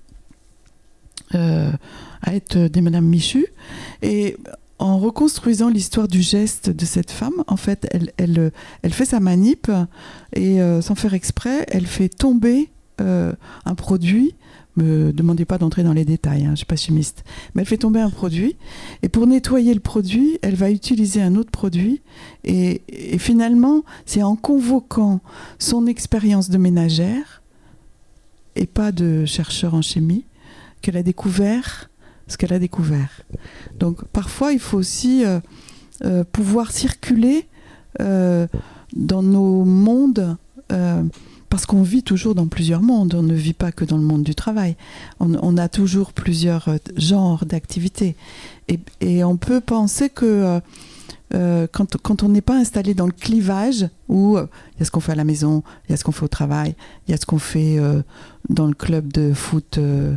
à être des Madame Michu, et en reconstruisant l'histoire du geste de cette femme, en fait, elle fait sa manip et sans faire exprès, elle fait tomber un produit. Me demandez pas d'entrer dans les détails, je suis pas chimiste, mais elle fait tomber un produit et pour nettoyer le produit, elle va utiliser un autre produit et finalement, c'est en convoquant son expérience de ménagère et pas de chercheur en chimie qu'elle a découvert ce qu'elle a découvert. Donc parfois, il faut aussi pouvoir circuler dans nos mondes, parce qu'on vit toujours dans plusieurs mondes, on ne vit pas que dans le monde du travail. On a toujours plusieurs genres d'activités. Et on peut penser que quand on n'est pas installé dans le clivage, où il y a ce qu'on fait à la maison, il y a ce qu'on fait au travail, il y a ce qu'on fait dans le club de foot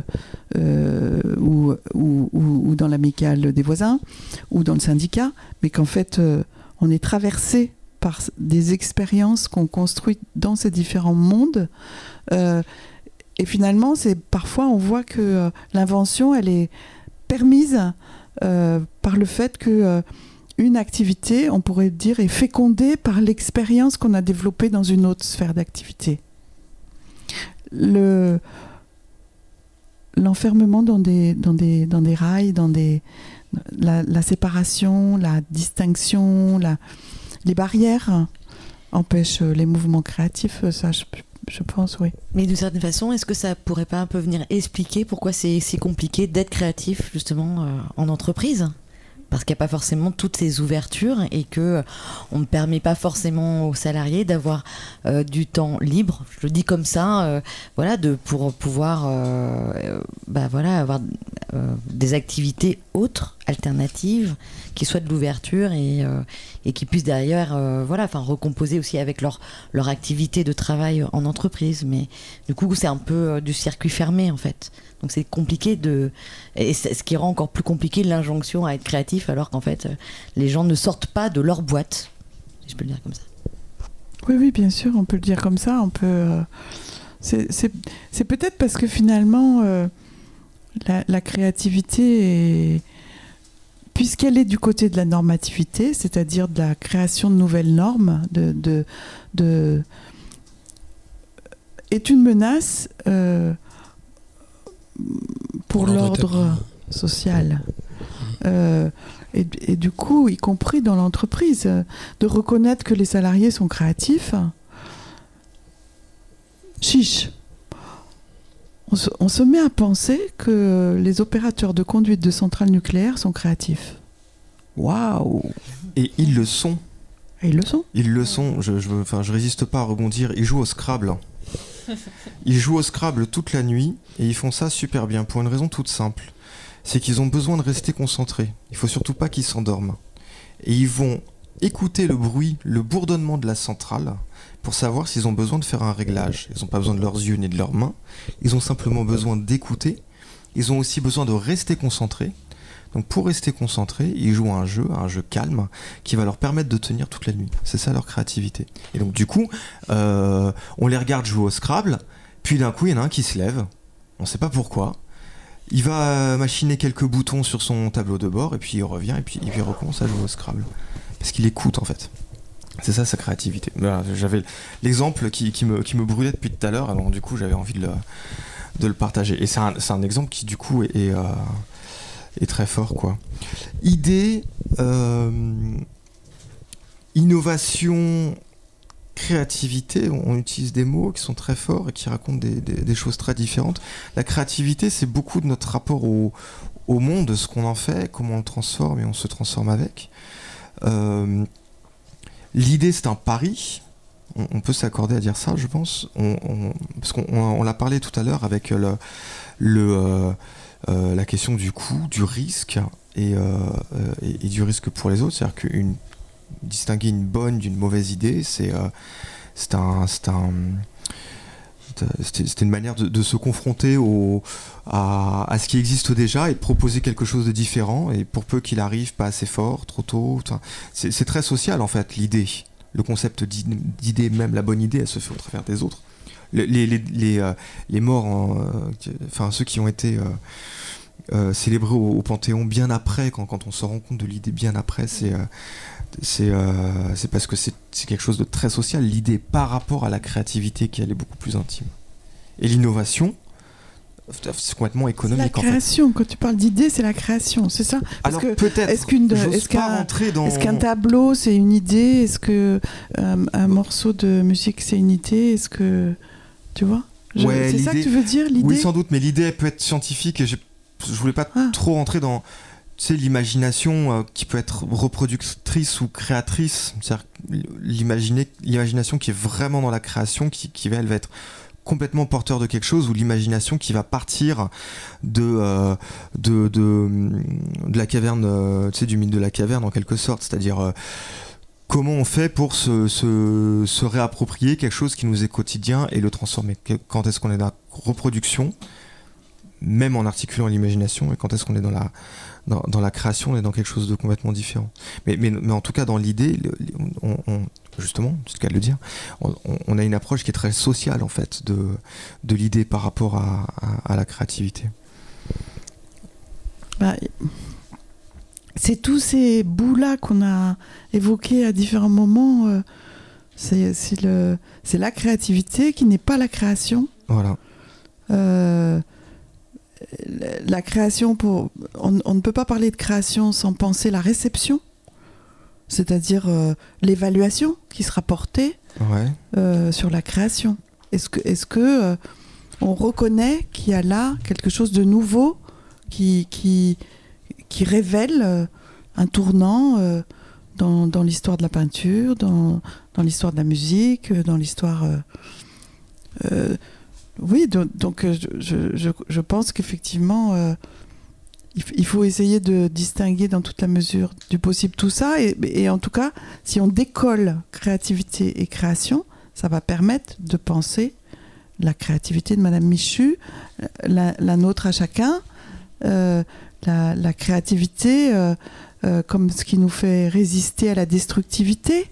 ou dans l'amicale des voisins, ou dans le syndicat, mais qu'en fait, on est traversé par des expériences qu'on construit dans ces différents mondes. Et finalement, parfois, on voit que l'invention, elle est permise par le fait que une activité, on pourrait dire, est fécondée par l'expérience qu'on a développée dans une autre sphère d'activité. L'enfermement dans des rails, la séparation, la distinction, les barrières empêchent les mouvements créatifs, ça je pense, oui. Mais d'une certaine façon, est-ce que ça pourrait pas un peu venir expliquer pourquoi c'est si compliqué d'être créatif justement en entreprise ? Parce qu'il n'y a pas forcément toutes ces ouvertures et qu'on ne permet pas forcément aux salariés d'avoir du temps libre, je le dis comme ça, pour pouvoir avoir des activités autres, alternatives, qui soient de l'ouverture et qui puissent derrière recomposer aussi avec leur activité de travail en entreprise. Mais du coup, c'est un peu du circuit fermé en fait. Donc c'est compliqué et ce qui rend encore plus compliqué l'injonction à être créatif, alors qu'en fait les gens ne sortent pas de leur boîte, si je peux le dire comme ça. Oui, bien sûr, on peut le dire comme ça. On peut. C'est peut-être parce que finalement la créativité puisqu'elle est du côté de la normativité, c'est-à-dire de la création de nouvelles normes, est une menace. Pour l'ordre social. Et du coup, y compris dans l'entreprise, de reconnaître que les salariés sont créatifs. Chiche. On se met à penser que les opérateurs de conduite de centrales nucléaires sont créatifs. Waouh! Et ils le sont. Et ils le sont. Ils le sont. Je résiste pas à rebondir. Ils jouent au Scrabble. Ils jouent au Scrabble toute la nuit et ils font ça super bien pour une raison toute simple. C'est qu'ils ont besoin de rester concentrés. Il faut surtout pas qu'ils s'endorment. Et ils vont écouter le bruit, le bourdonnement de la centrale pour savoir s'ils ont besoin de faire un réglage. Ils n'ont pas besoin de leurs yeux ni de leurs mains. Ils ont simplement besoin d'écouter. Ils ont aussi besoin de rester concentrés. Donc pour rester concentrés, ils jouent à un jeu calme, qui va leur permettre de tenir toute la nuit. C'est ça leur créativité. Et donc du coup, on les regarde jouer au Scrabble, puis d'un coup il y en a un qui se lève, on ne sait pas pourquoi, il va machiner quelques boutons sur son tableau de bord, et puis il revient, et puis il recommence à jouer au Scrabble. Parce qu'il écoute en fait. C'est ça sa créativité. Voilà, j'avais l'exemple qui me brûlait depuis tout à l'heure, alors du coup j'avais envie de le partager. Et c'est un exemple qui du coup est très fort, quoi. Idée, innovation, créativité, on utilise des mots qui sont très forts et qui racontent des choses très différentes. La créativité, c'est beaucoup de notre rapport au monde, ce qu'on en fait, comment on le transforme et on se transforme avec. L'idée, c'est un pari. On peut s'accorder à dire ça, je pense. Parce qu'on l'a parlé tout à l'heure avec la question du coût, du risque et du risque pour les autres. C'est-à-dire distinguer une bonne d'une mauvaise idée, c'était une manière de se confronter à ce qui existe déjà et de proposer quelque chose de différent, et pour peu qu'il arrive pas assez fort, trop tôt. C'est très social en fait, l'idée. Le concept d'idée, même la bonne idée, elle se fait au travers des autres. Les morts, enfin ceux qui ont été célébrés au Panthéon bien après, quand on se rend compte de l'idée bien après, c'est parce que c'est quelque chose de très social, l'idée par rapport à la créativité qui elle est beaucoup plus intime. Et l'innovation, c'est complètement économique. La création, quand tu parles d'idée, c'est la création, c'est ça? Alors peut-être, est-ce qu'un tableau c'est une idée? Est-ce que un morceau de musique c'est une idée? Est-ce que tu vois? C'est ça que tu veux dire, l'idée? Oui, sans doute, mais l'idée elle peut être scientifique, et je voulais pas trop rentrer dans l'imagination qui peut être reproductrice ou créatrice. C'est-à-dire l'imagination qui est vraiment dans la création, qui elle va être complètement porteur de quelque chose, ou l'imagination qui va partir de la caverne, du mythe de la caverne en quelque sorte, c'est-à-dire comment on fait pour se réapproprier quelque chose qui nous est quotidien et le transformer. Quand est-ce qu'on est dans la reproduction, même en articulant l'imagination, et quand est-ce qu'on est dans la création, on est dans quelque chose de complètement différent. Mais en tout cas, dans l'idée, justement, c'est le cas de le dire, on a une approche qui est très sociale, en fait, de l'idée par rapport à la créativité. C'est tous ces bouts-là qu'on a évoqués à différents moments. C'est la créativité qui n'est pas la création. Voilà. La création, on ne peut pas parler de création sans penser la réception, c'est-à-dire l'évaluation qui sera portée sur la création. Est-ce que on reconnaît qu'il y a là quelque chose de nouveau qui révèle un tournant dans l'histoire de la peinture, dans l'histoire de la musique, dans l'histoire... Oui, donc je pense qu'effectivement, il faut essayer de distinguer dans toute la mesure du possible tout ça. Et en tout cas, si on décolle créativité et création, ça va permettre de penser la créativité de Madame Michu, la nôtre à chacun, la créativité comme ce qui nous fait résister à la destructivité.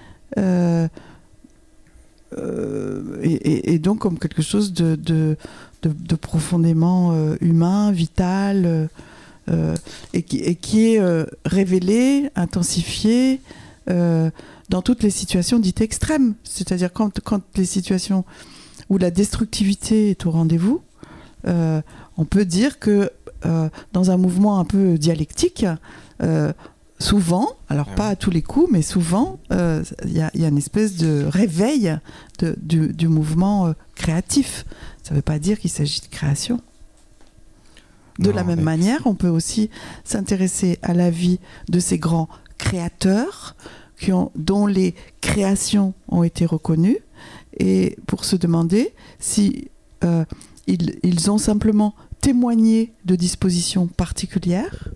Et donc comme quelque chose de profondément humain, vital, et qui est révélé, intensifié dans toutes les situations dites extrêmes. C'est-à-dire quand les situations où la destructivité est au rendez-vous, on peut dire que dans un mouvement un peu dialectique, souvent, alors pas à tous les coups, mais souvent, il y a une espèce de réveil du mouvement créatif. Ça ne veut pas dire qu'il s'agit de création. De la même manière, on peut aussi s'intéresser à la vie de ces grands créateurs dont les créations ont été reconnues, et pour se demander si ils ont simplement témoigné de dispositions particulières.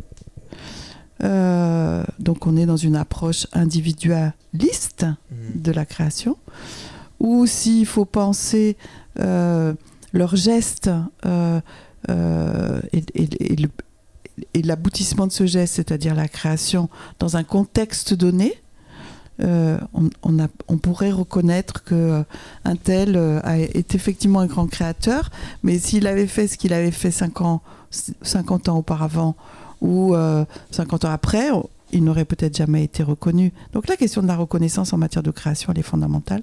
Donc on est dans une approche individualiste de la création, ou s'il faut penser leurs gestes et l'aboutissement de ce geste, c'est-à-dire la création dans un contexte donné, on pourrait reconnaître qu'un tel est effectivement un grand créateur, mais s'il avait fait ce qu'il avait fait 50 ans auparavant, ou 50 ans après, il n'aurait peut-être jamais été reconnu. Donc la question de la reconnaissance en matière de création, elle est fondamentale.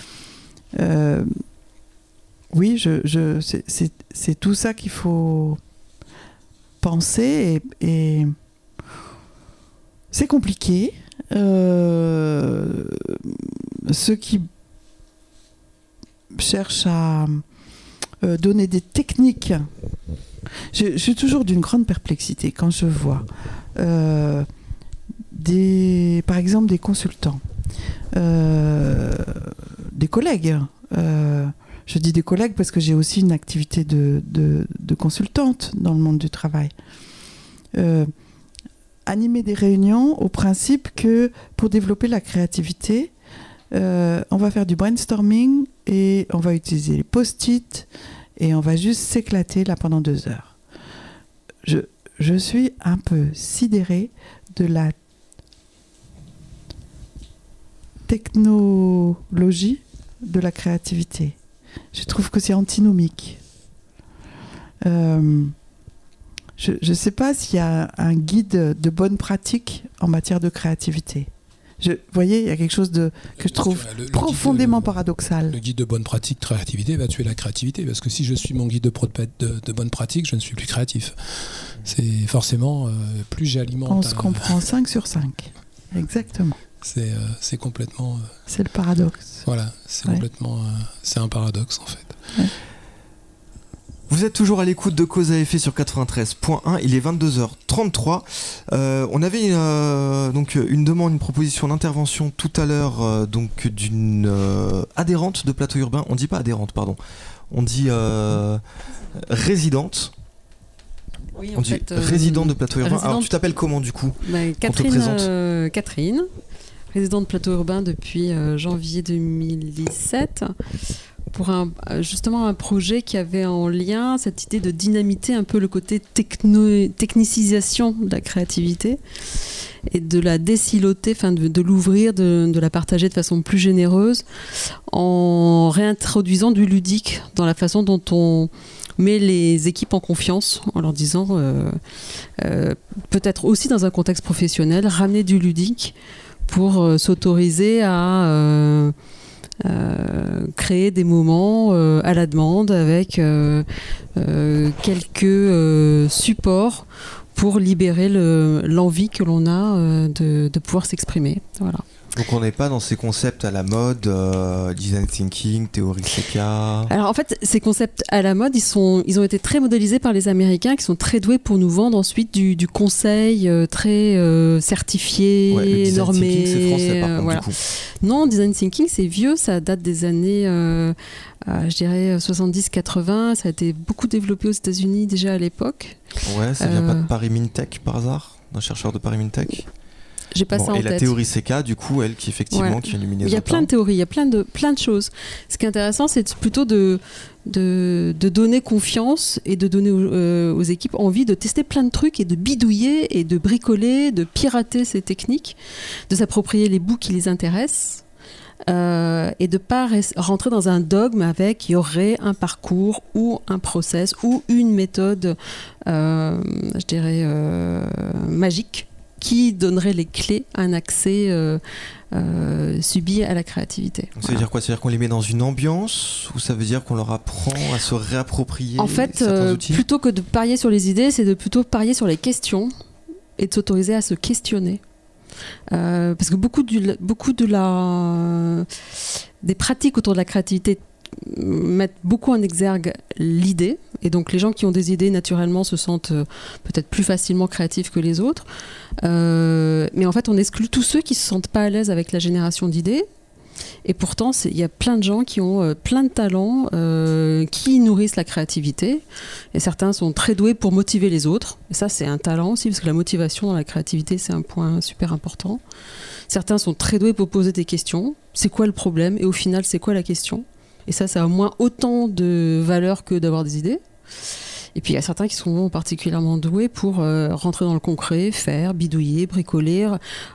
Oui, c'est tout ça qu'il faut penser, et c'est compliqué. Ceux qui cherchent à donner des techniques, Je suis toujours d'une grande perplexité quand je vois, par exemple, des consultants, des collègues. Je dis des collègues parce que j'ai aussi une activité de consultante dans le monde du travail. Animer des réunions au principe que pour développer la créativité, on va faire du brainstorming et on va utiliser les post-it et on va juste s'éclater là pendant 2 heures. Je suis un peu sidérée de la technologie de la créativité. Je trouve que c'est antinomique. Je ne sais pas s'il y a un guide de bonne pratique en matière de créativité. Vous voyez, il y a quelque chose que je trouve profondément paradoxal. Le guide de bonne pratique créativité va tuer la créativité, parce que si je suis mon guide de bonne pratique, je ne suis plus créatif. C'est forcément, plus j'alimente... On se comprend 5 sur 5. Exactement. C'est complètement... c'est le paradoxe. Voilà, c'est complètement... c'est un paradoxe, en fait. Ouais. Vous êtes toujours à l'écoute de Cause à effet sur 93.1, il est 22h33. On avait donc une demande, une proposition d'intervention tout à l'heure donc d'une adhérente de Plateau Urbain. On dit pas adhérente, pardon. On dit résidente. Oui, on dit résidente de Plateau Urbain. Alors tu t'appelles comment du coup? Catherine, résidente de Plateau Urbain depuis janvier 2017. Pour justement un projet qui avait en lien cette idée de dynamiter un peu le côté technicisation de la créativité et de la désiloter, de l'ouvrir, de la partager de façon plus généreuse en réintroduisant du ludique dans la façon dont on met les équipes en confiance en leur disant peut-être aussi dans un contexte professionnel, ramener du ludique pour s'autoriser à créer des moments à la demande avec quelques supports pour libérer l'envie que l'on a de pouvoir s'exprimer. Voilà. Donc on n'est pas dans ces concepts à la mode, design thinking, théorie CK. Alors en fait, ces concepts à la mode, ils ont été très modélisés par les Américains qui sont très doués pour nous vendre ensuite du conseil très certifié, design normé. Thinking, c'est français par contre, voilà. du coup. Non, design thinking, c'est vieux, ça date des années, je dirais 70-80. Ça a été beaucoup développé aux États-Unis déjà à l'époque. Ouais, ça vient pas de Paris Mintech par hasard, d'un chercheur de Paris Mintech. J'ai pas ça en et tête. la théorie CK, du coup, elle qui effectivement qui a illuminé. Il y a plein de théories, il y a plein de choses. Ce qui est intéressant, c'est plutôt de donner confiance et de donner aux équipes envie de tester plein de trucs et de bidouiller et de bricoler, de pirater ces techniques, de s'approprier les bouts qui les intéressent. Et de ne pas rentrer dans un dogme avec il y aurait un parcours ou un process ou une méthode, je dirais, magique qui donnerait les clés à un accès subi à la créativité. Donc ça veut dire quoi? Ça veut dire qu'on les met dans une ambiance ou ça veut dire qu'on leur apprend à se réapproprier en fait, certains outils? Plutôt que de parier sur les idées, c'est de plutôt parier sur les questions et de s'autoriser à se questionner. Parce que beaucoup des pratiques autour de la créativité mettent beaucoup en exergue l'idée, et donc les gens qui ont des idées naturellement se sentent peut-être plus facilement créatifs que les autres, mais en fait on exclut tous ceux qui se sentent pas à l'aise avec la génération d'idées. Et pourtant, il y a plein de gens qui ont plein de talents, qui nourrissent la créativité. Et certains sont très doués pour motiver les autres. Et ça, c'est un talent aussi, parce que la motivation dans la créativité, c'est un point super important. Certains sont très doués pour poser des questions. C'est quoi le problème? Et au final, c'est quoi la question? Et ça a au moins autant de valeur que d'avoir des idées. Et puis il y a certains qui sont particulièrement doués pour rentrer dans le concret, faire, bidouiller, bricoler,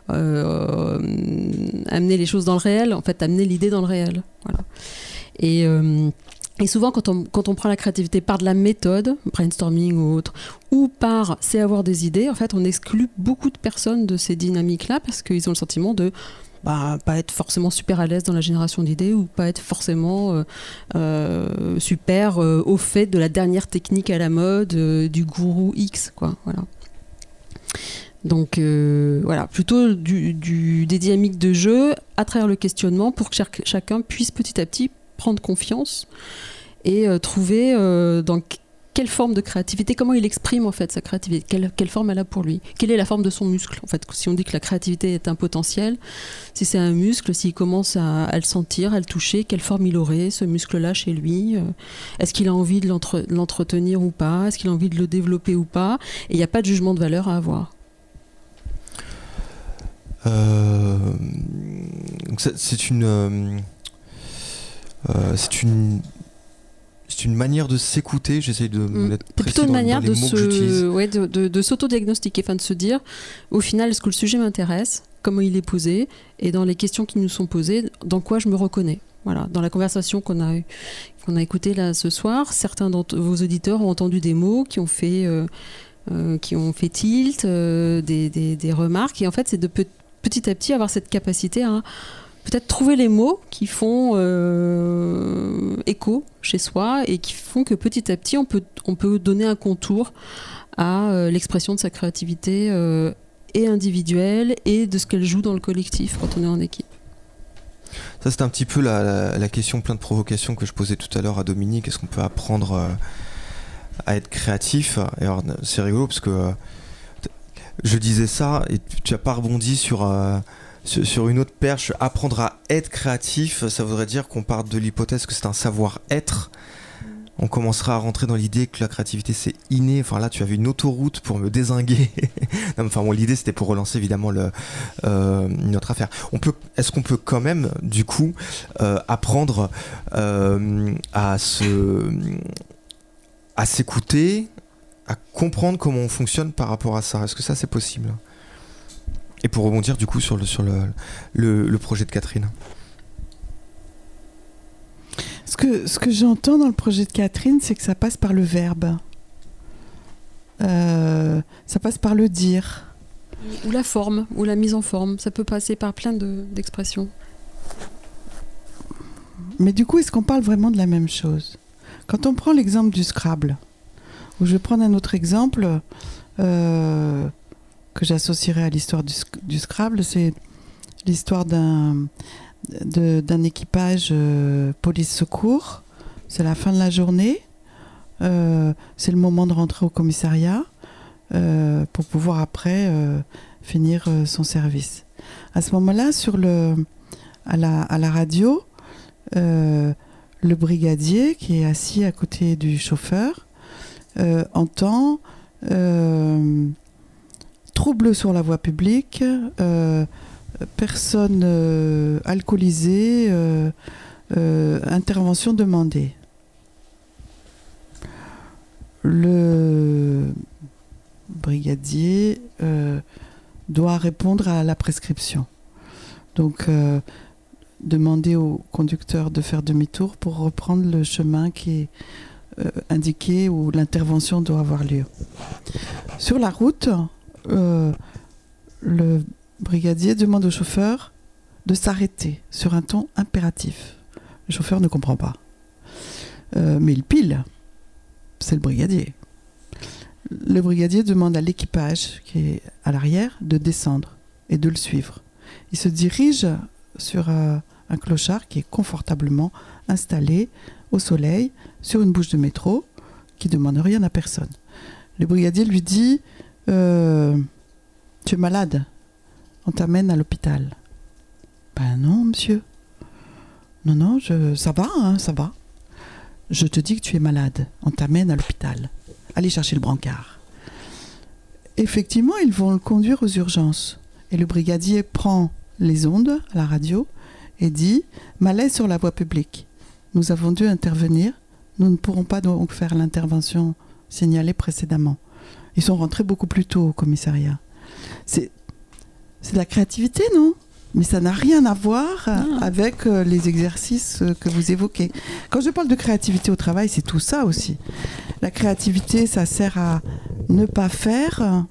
amener les choses dans le réel, en fait amener l'idée dans le réel. Voilà. Et souvent quand on prend la créativité par de la méthode, brainstorming ou autre, ou par c'est avoir des idées, en fait on exclut beaucoup de personnes de ces dynamiques-là parce qu'ils ont le sentiment de pas être forcément super à l'aise dans la génération d'idées ou pas être forcément super au fait de la dernière technique à la mode, du gourou X, quoi. Voilà. Donc voilà, plutôt des dynamiques de jeu à travers le questionnement pour que chacun puisse petit à petit prendre confiance et trouver dans quelle forme de créativité, comment il exprime en fait sa créativité, quelle forme elle a pour lui, quelle est la forme de son muscle en fait. Si on dit que la créativité est un potentiel, si c'est un muscle, s'il commence à le sentir, à le toucher, quelle forme il aurait ce muscle-là chez lui, est-ce qu'il a envie de l'entretenir ou pas, est-ce qu'il a envie de le développer ou pas, et il n'y a pas de jugement de valeur à avoir. Donc c'est une manière de s'écouter. J'essaye de mettre c'est plutôt une manière de s'auto-diagnostiquer, enfin de se dire au final est-ce que le sujet m'intéresse, comment il est posé, et dans les questions qui nous sont posées, dans quoi je me reconnais. Voilà, dans la conversation qu'on a écoutée là ce soir, certains d'entre vos auditeurs ont entendu des mots qui ont fait tilt, des remarques, et en fait c'est de petit à petit avoir cette capacité à peut-être trouver les mots qui font écho chez soi et qui font que petit à petit on peut donner un contour à l'expression de sa créativité et individuelle et de ce qu'elle joue dans le collectif quand on est en équipe. Ça c'est un petit peu la question plein de provocations que je posais tout à l'heure à Dominique. Est-ce qu'on peut apprendre à être créatif? Et alors, c'est rigolo parce que je disais ça et tu n'as pas rebondi sur une autre perche. Apprendre à être créatif, ça voudrait dire qu'on part de l'hypothèse que c'est un savoir-être. On commencera à rentrer dans l'idée que la créativité c'est inné. Enfin là tu avais une autoroute pour me dézinguer. L'idée c'était pour relancer évidemment une autre affaire. Est-ce qu'on peut quand même du coup apprendre à s'écouter, à comprendre comment on fonctionne par rapport à ça? Est-ce que ça c'est possible? Et pour rebondir du coup sur le projet de Catherine. Ce que j'entends dans le projet de Catherine, c'est que ça passe par le verbe. Ça passe par le dire. Ou la forme, ou la mise en forme. Ça peut passer par plein d'expressions. Mais du coup, est-ce qu'on parle vraiment de la même chose? Quand on prend l'exemple du Scrabble, ou je vais prendre un autre exemple que j'associerai à l'histoire du Scrabble, c'est l'histoire d'un équipage police-secours. C'est la fin de la journée. C'est le moment de rentrer au commissariat pour pouvoir après finir son service. À ce moment-là, à la radio, le brigadier qui est assis à côté du chauffeur entend trouble sur la voie publique, personne alcoolisée, intervention demandée. Le brigadier doit répondre à la prescription. Donc, demander au conducteur de faire demi-tour pour reprendre le chemin qui est indiqué où l'intervention doit avoir lieu. Sur la route, le brigadier demande au chauffeur de s'arrêter sur un ton impératif. Le chauffeur ne comprend pas. Mais il pile. C'est le brigadier. Le brigadier demande à l'équipage qui est à l'arrière de descendre et de le suivre. Il se dirige sur un clochard qui est confortablement installé au soleil sur une bouche de métro qui ne demande rien à personne. Le brigadier lui dit tu es malade, on t'amène à l'hôpital. Ben non, monsieur. Non, ça va, ça va. Je te dis que tu es malade, on t'amène à l'hôpital. Allez chercher le brancard. Effectivement, ils vont le conduire aux urgences. Et le brigadier prend les ondes à la radio et dit « Malaise sur la voie publique. Nous avons dû intervenir. Nous ne pourrons pas donc faire l'intervention signalée précédemment. » Ils sont rentrés beaucoup plus tôt au commissariat. C'est de la créativité, non ? Mais ça n'a rien à voir avec les exercices que vous évoquez. Quand je parle de créativité au travail, c'est tout ça aussi. La créativité, ça sert à ne pas faire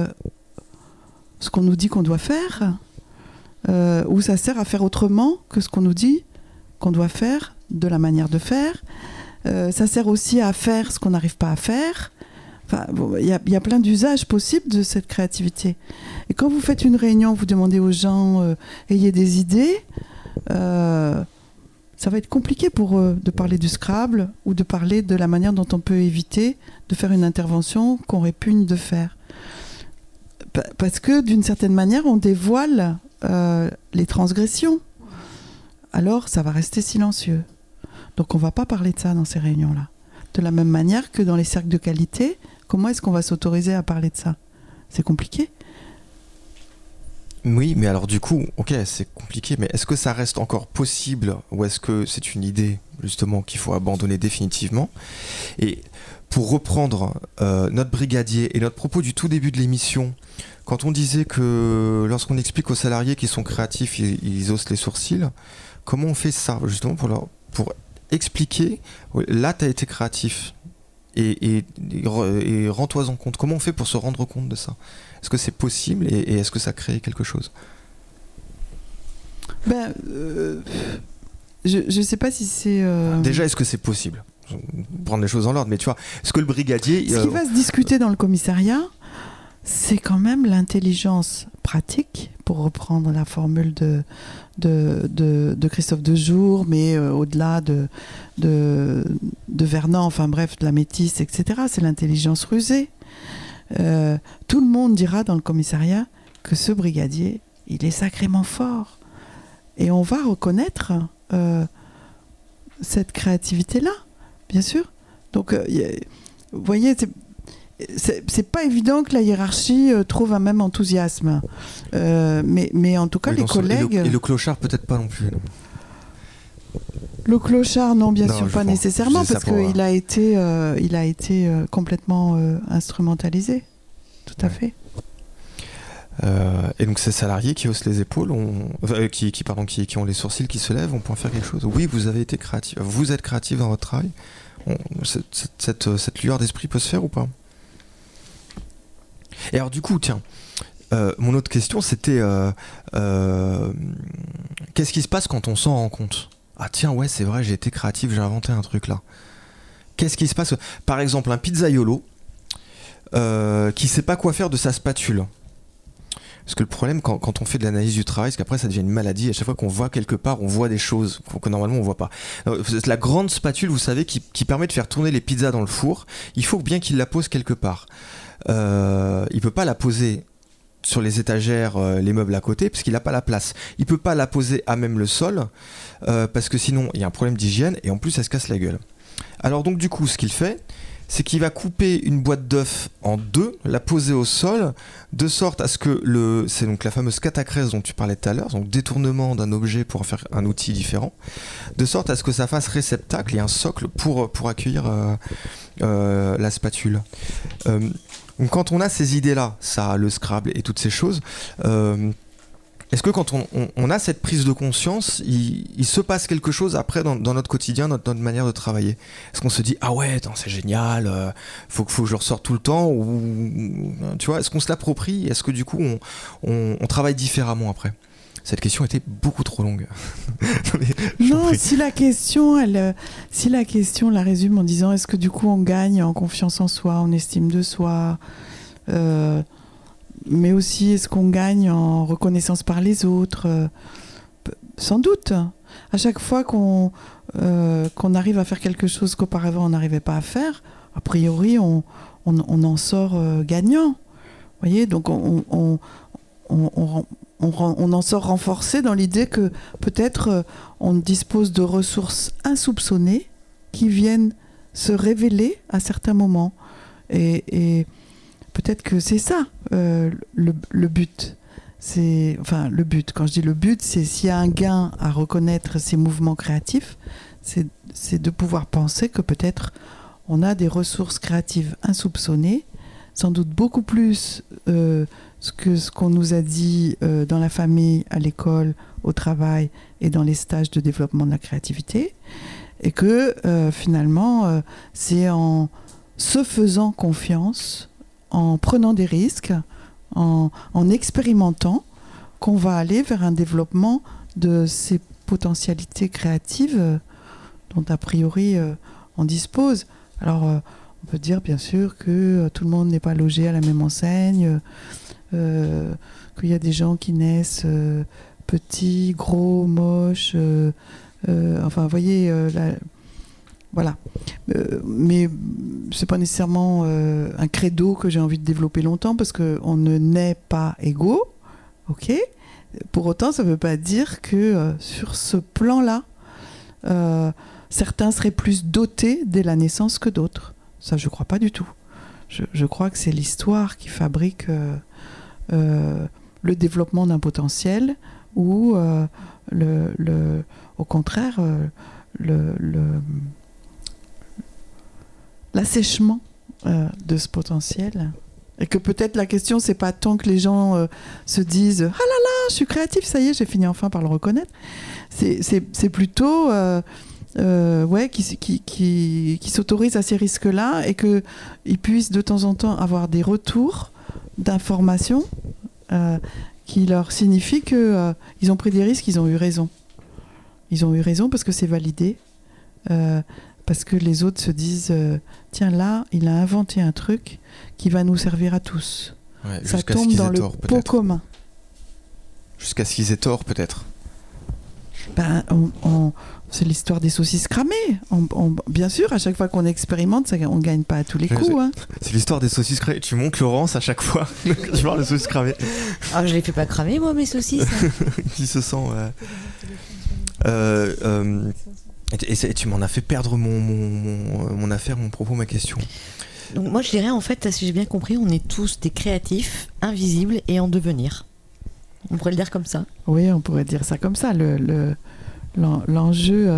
ce qu'on nous dit qu'on doit faire, ou ça sert à faire autrement que ce qu'on nous dit qu'on doit faire, de la manière de faire. Ça sert aussi à faire ce qu'on n'arrive pas à faire. Enfin, il y a plein d'usages possibles de cette créativité. Et quand vous faites une réunion, vous demandez aux gens ayez des idées, ça va être compliqué pour eux de parler du Scrabble ou de parler de la manière dont on peut éviter de faire une intervention qu'on répugne de faire. Parce que d'une certaine manière, on dévoile les transgressions. Alors, ça va rester silencieux. Donc, on ne va pas parler de ça dans ces réunions-là. De la même manière que dans les cercles de qualité, comment est-ce qu'on va s'autoriser à parler de ça ? C'est compliqué. Oui, mais alors du coup, ok, c'est compliqué, mais est-ce que ça reste encore possible ou est-ce que c'est une idée justement qu'il faut abandonner définitivement ? Et pour reprendre notre brigadier et notre propos du tout début de l'émission, quand on disait que lorsqu'on explique aux salariés qu'ils sont créatifs, ils haussent les sourcils, comment on fait ça justement pour expliquer, là tu as été créatif et rends-toi-en compte. Comment on fait pour se rendre compte de ça ? Est-ce que c'est possible et est-ce que ça crée quelque chose ? Je ne sais pas si c'est... Déjà, est-ce que c'est possible ? Prendre les choses en ordre, mais tu vois, est-ce que le brigadier... Ce qui va se discuter dans le commissariat, c'est quand même l'intelligence pratique, pour reprendre la formule de Christophe Dejour, mais au-delà de Vernant, enfin bref, de la Métisse, etc. C'est l'intelligence rusée. Tout le monde dira dans le commissariat que ce brigadier, il est sacrément fort. Et on va reconnaître cette créativité-là, bien sûr. Donc, vous voyez, c'est pas évident que la hiérarchie trouve un même enthousiasme. Mais en tout cas, les collègues... Et le clochard, peut-être pas non plus. Non. Le clochard, non, bien Non, sûr, je pas pense. nécessairement, Je dis ça parce pour, qu'il a été complètement instrumentalisé. Tout à fait. Et donc ces salariés qui haussent les épaules, qui ont les sourcils qui se lèvent, on peut en faire quelque chose. Oui, vous avez été créatif. Vous êtes créatif dans votre travail. Cette lueur d'esprit peut se faire ou pas ? Et alors du coup, tiens, mon autre question c'était qu'est-ce qui se passe quand on s'en rend compte ? Ah tiens, ouais, c'est vrai, j'ai été créatif, j'ai inventé un truc là. Qu'est-ce qui se passe ? Par exemple, un pizzaiolo qui sait pas quoi faire de sa spatule. Parce que le problème quand on fait de l'analyse du travail, c'est qu'après ça devient une maladie. À chaque fois qu'on voit quelque part, on voit des choses que normalement on voit pas. La grande spatule, vous savez, qui permet de faire tourner les pizzas dans le four, il faut bien qu'il la pose quelque part. Il peut pas la poser sur les étagères, les meubles à côté, parce qu'il n'a pas la place. Il peut pas la poser à même le sol, parce que sinon il y a un problème d'hygiène et en plus ça se casse la gueule. Alors donc du coup, ce qu'il fait, c'est qu'il va couper une boîte d'œufs en deux, la poser au sol, de sorte à ce que c'est donc la fameuse catacrèse dont tu parlais tout à l'heure, donc détournement d'un objet pour en faire un outil différent, de sorte à ce que ça fasse réceptacle et un socle pour accueillir la spatule. Donc quand on a ces idées-là, ça, le Scrabble et toutes ces choses, est-ce que quand on a cette prise de conscience, il se passe quelque chose après dans notre quotidien, notre manière de travailler ? Est-ce qu'on se dit « Ah ouais, c'est génial, faut que je ressorte tout le temps » ou tu vois, est-ce qu'on se l'approprie ? Est-ce que du coup, on travaille différemment après ? Cette question était beaucoup trop longue. Non, si la question la résume en disant « Est-ce que du coup, on gagne en confiance en soi, en estime de soi mais aussi, est-ce qu'on gagne en reconnaissance par les autres ? Sans doute. À chaque fois qu'on arrive à faire quelque chose qu'auparavant on n'arrivait pas à faire, a priori, on en sort gagnant. Vous voyez, donc on en sort renforcé dans l'idée que peut-être on dispose de ressources insoupçonnées qui viennent se révéler à certains moments. Et peut-être que c'est ça le but. Le but, quand je dis le but, c'est s'il y a un gain à reconnaître ces mouvements créatifs, c'est de pouvoir penser que peut-être on a des ressources créatives insoupçonnées, sans doute beaucoup plus ce qu'on nous a dit dans la famille, à l'école, au travail et dans les stages de développement de la créativité, et que finalement, c'est en se faisant confiance, en prenant des risques, en expérimentant, qu'on va aller vers un développement de ces potentialités créatives dont a priori on dispose. Alors on peut dire bien sûr que tout le monde n'est pas logé à la même enseigne, qu'il y a des gens qui naissent petits, gros, moches, Enfin, vous voyez, voilà. Mais c'est pas nécessairement un credo que j'ai envie de développer longtemps parce qu'on ne naît pas égaux, ok. Pour autant, ça ne veut pas dire que sur ce plan-là, certains seraient plus dotés dès la naissance que d'autres. Ça, je ne crois pas du tout. Je crois que c'est l'histoire qui fabrique le développement d'un potentiel ou au contraire l'assèchement de ce potentiel. Et que peut-être la question, c'est pas tant que les gens se disent « Ah là là, je suis créatif, ça y est, j'ai fini enfin par le reconnaître ». C'est plutôt qui s'autorisent à ces risques-là et qu'ils puissent de temps en temps avoir des retours d'informations qui leur signifient qu'ils ont pris des risques, ils ont eu raison. Ils ont eu raison parce que c'est validé. Parce que les autres se disent tiens, là, il a inventé un truc qui va nous servir à tous. Ouais, ça tombe dans le pot commun. Jusqu'à ce qu'ils aient tort, peut-être. Ben, c'est l'histoire des saucisses cramées. Bien sûr, à chaque fois qu'on expérimente, on ne gagne pas à tous les coups. Hein. C'est l'histoire des saucisses cramées. Tu montes Laurence à chaque fois que tu parles de saucisses cramées. Ah, je les fais pas cramer, moi, mes saucisses. Qui se sent... Et tu m'en as fait perdre mon affaire, mon propos, ma question. Donc moi je dirais en fait, si j'ai bien compris, on est tous des créatifs, invisibles et en devenir. On pourrait le dire comme ça. Oui, on pourrait dire ça comme ça. L'enjeu,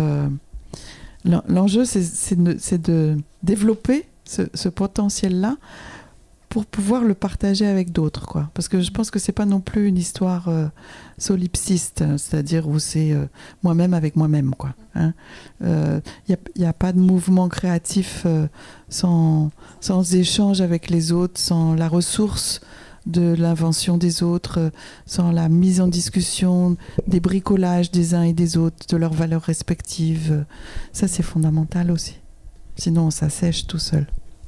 c'est de développer ce potentiel-là pour pouvoir le partager avec d'autres, quoi. Parce que je pense que c'est pas non plus une histoire solipsiste, c'est-à-dire où c'est moi-même avec moi-même, quoi. Hein. Y a pas de mouvement créatif sans échange avec les autres, sans la ressource de l'invention des autres, sans la mise en discussion des bricolages des uns et des autres, de leurs valeurs respectives. Ça, c'est fondamental aussi. Sinon, on s'assèche tout seul.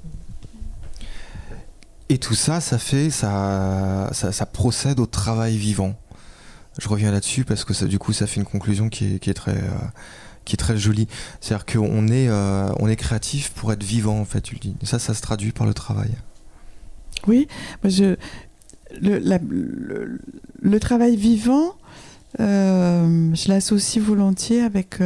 Et tout ça, ça procède au travail vivant. Je reviens là-dessus parce que ça, du coup, ça fait une conclusion qui est très jolie. C'est-à-dire qu'on est créatif pour être vivant, en fait, tu le dis. Et ça se traduit par le travail. Oui, le travail vivant, je l'associe volontiers avec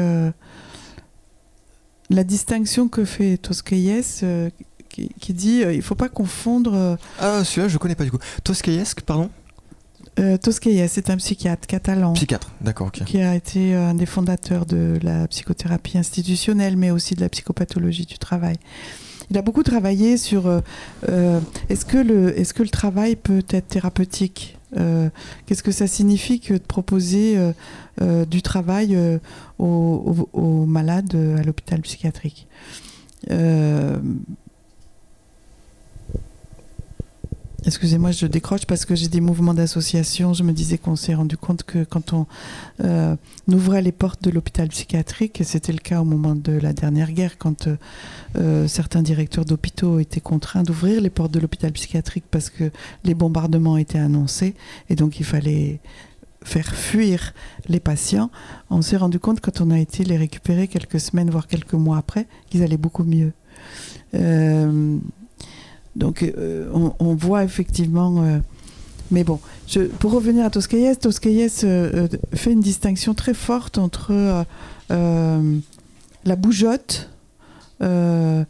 la distinction que fait Tosquelles, qui dit il ne faut pas confondre... Ah, celui-là, je ne connais pas du coup. Tosquelles, pardon Tosquelles, c'est un psychiatre catalan. Psychiatre, d'accord, ok. Qui a été un des fondateurs de la psychothérapie institutionnelle, mais aussi de la psychopathologie du travail. Il a beaucoup travaillé sur est-ce que le travail peut être thérapeutique ? Qu'est-ce que ça signifie que de proposer du travail aux malades à l'hôpital psychiatrique ? Excusez-moi, je décroche parce que j'ai des mouvements d'association. Je me disais qu'on s'est rendu compte que quand on ouvrait les portes de l'hôpital psychiatrique, et c'était le cas au moment de la dernière guerre, quand certains directeurs d'hôpitaux étaient contraints d'ouvrir les portes de l'hôpital psychiatrique parce que les bombardements étaient annoncés et donc il fallait faire fuir les patients. On s'est rendu compte quand on a été les récupérer quelques semaines, voire quelques mois après, qu'ils allaient beaucoup mieux. Donc on voit effectivement... mais bon, pour revenir à Tosquelles fait une distinction très forte entre la bougeotte, le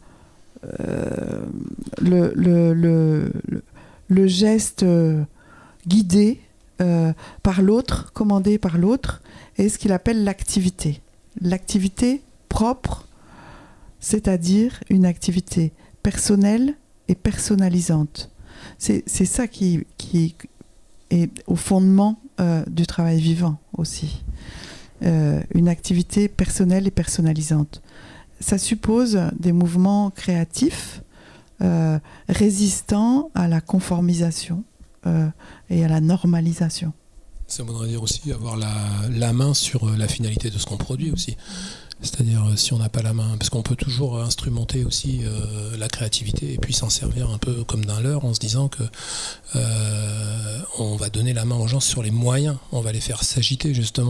geste guidé par l'autre, commandé par l'autre, et ce qu'il appelle l'activité. L'activité propre, c'est-à-dire une activité personnelle et personnalisante. C'est ça qui est au fondement du travail vivant aussi. Une activité personnelle et personnalisante. Ça suppose des mouvements créatifs résistants à la conformisation et à la normalisation. Ça voudrait dire aussi avoir la main sur la finalité de ce qu'on produit aussi. C'est-à-dire si on n'a pas la main, parce qu'on peut toujours instrumenter aussi la créativité et puis s'en servir un peu comme d'un leurre en se disant que on va donner la main aux gens sur les moyens, on va les faire s'agiter justement, on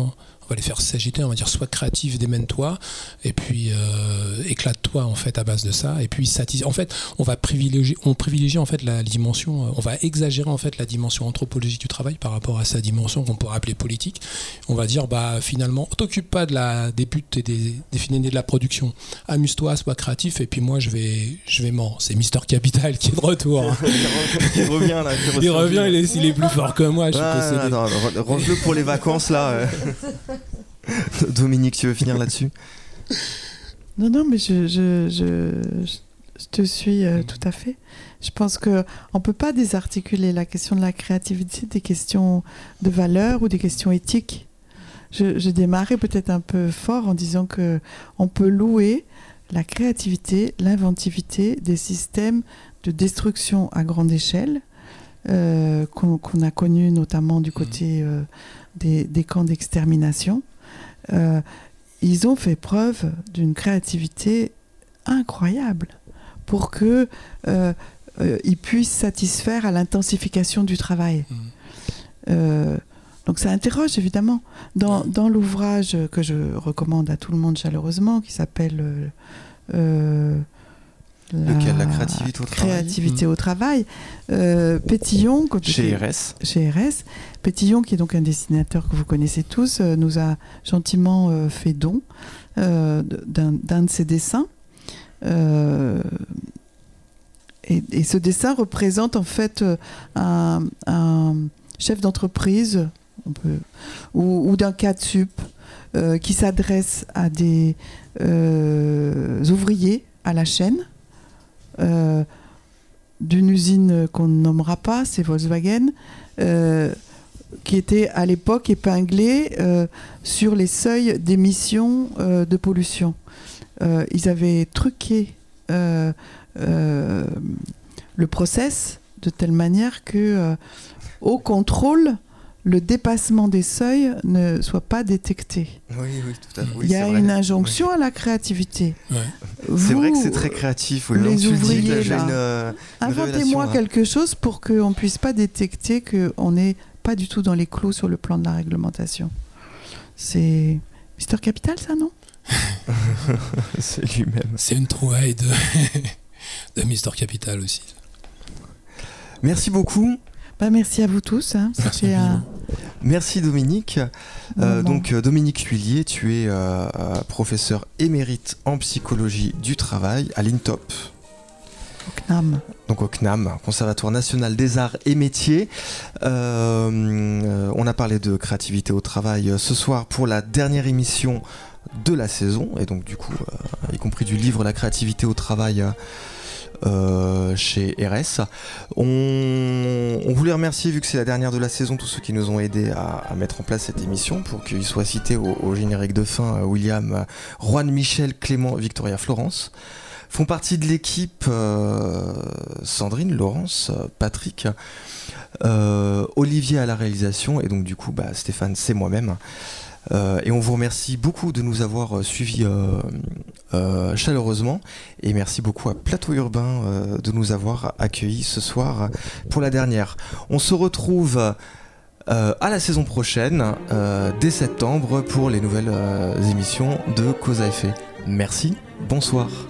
va les faire s'agiter, on va dire sois créatif, démène-toi, et puis éclate-toi en fait à base de ça, et puis en fait on privilégie en fait la dimension, on va exagérer en fait la dimension anthropologique du travail par rapport à sa dimension qu'on pourrait appeler politique. On va dire finalement t'occupe pas des buts et des finalités de la production, amuse-toi, sois créatif, et puis moi je vais c'est Mister Capital qui est de retour. Il revient là. Il revient, il est plus fort que moi. Range-le pour les vacances là. Dominique, tu veux finir là-dessus? Non, mais je te suis tout à fait. Je pense qu'on ne peut pas désarticuler la question de la créativité des questions de valeur ou des questions éthiques. Je démarrais peut-être un peu fort en disant qu'on peut louer la créativité, l'inventivité des systèmes de destruction à grande échelle qu'on a connus notamment du côté des camps d'extermination. Ils ont fait preuve d'une créativité incroyable pour qu'ils puissent satisfaire à l'intensification du travail. Donc ça interroge évidemment. Dans l'ouvrage que je recommande à tout le monde chaleureusement, qui s'appelle la créativité au travail. Pétillon, chez RS. Pétillon, qui est donc un dessinateur que vous connaissez tous, nous a gentiment fait don d'un de ses dessins. Et ce dessin représente en fait un chef d'entreprise ou d'un cadre sup qui s'adresse à des ouvriers à la chaîne d'une usine qu'on ne nommera pas, c'est Volkswagen, qui était à l'époque épinglée sur les seuils d'émissions de pollution. Ils avaient truqué le process de telle manière que au contrôle, le dépassement des seuils ne soit pas détecté. Oui, tout à fait. Oui, il y a une injonction à la créativité. Ouais. C'est vrai que c'est très créatif. Oui. Les ouvriers, révélation, inventez-moi quelque chose pour qu'on ne puisse pas détecter qu'on n'est pas du tout dans les clous sur le plan de la réglementation. C'est Mister Capital, ça, non? C'est lui-même. C'est une trouvaille de Mister Capital aussi. Merci beaucoup. Merci à vous tous. Merci Dominique. Donc Dominique Huillier, tu es professeur émérite en psychologie du travail à l'INTOP. Au CNAM. Donc au CNAM, Conservatoire National des Arts et Métiers. On a parlé de créativité au travail ce soir pour la dernière émission de la saison, et donc du coup, y compris du livre La créativité au travail chez RS. On voulait remercier, vu que c'est la dernière de la saison, tous ceux qui nous ont aidés à mettre en place cette émission pour qu'il soit cité au générique de fin. William, Juan Michel, Clément, Victoria, Florence. Font partie de l'équipe Sandrine, Laurence, Patrick, Olivier à la réalisation, et donc du coup Stéphane, c'est moi-même. Et on vous remercie beaucoup de nous avoir suivis chaleureusement, et merci beaucoup à Plateau Urbain de nous avoir accueillis ce soir pour la dernière. On se retrouve à la saison prochaine, dès septembre, pour les nouvelles émissions de Cause à Effet. Merci, bonsoir.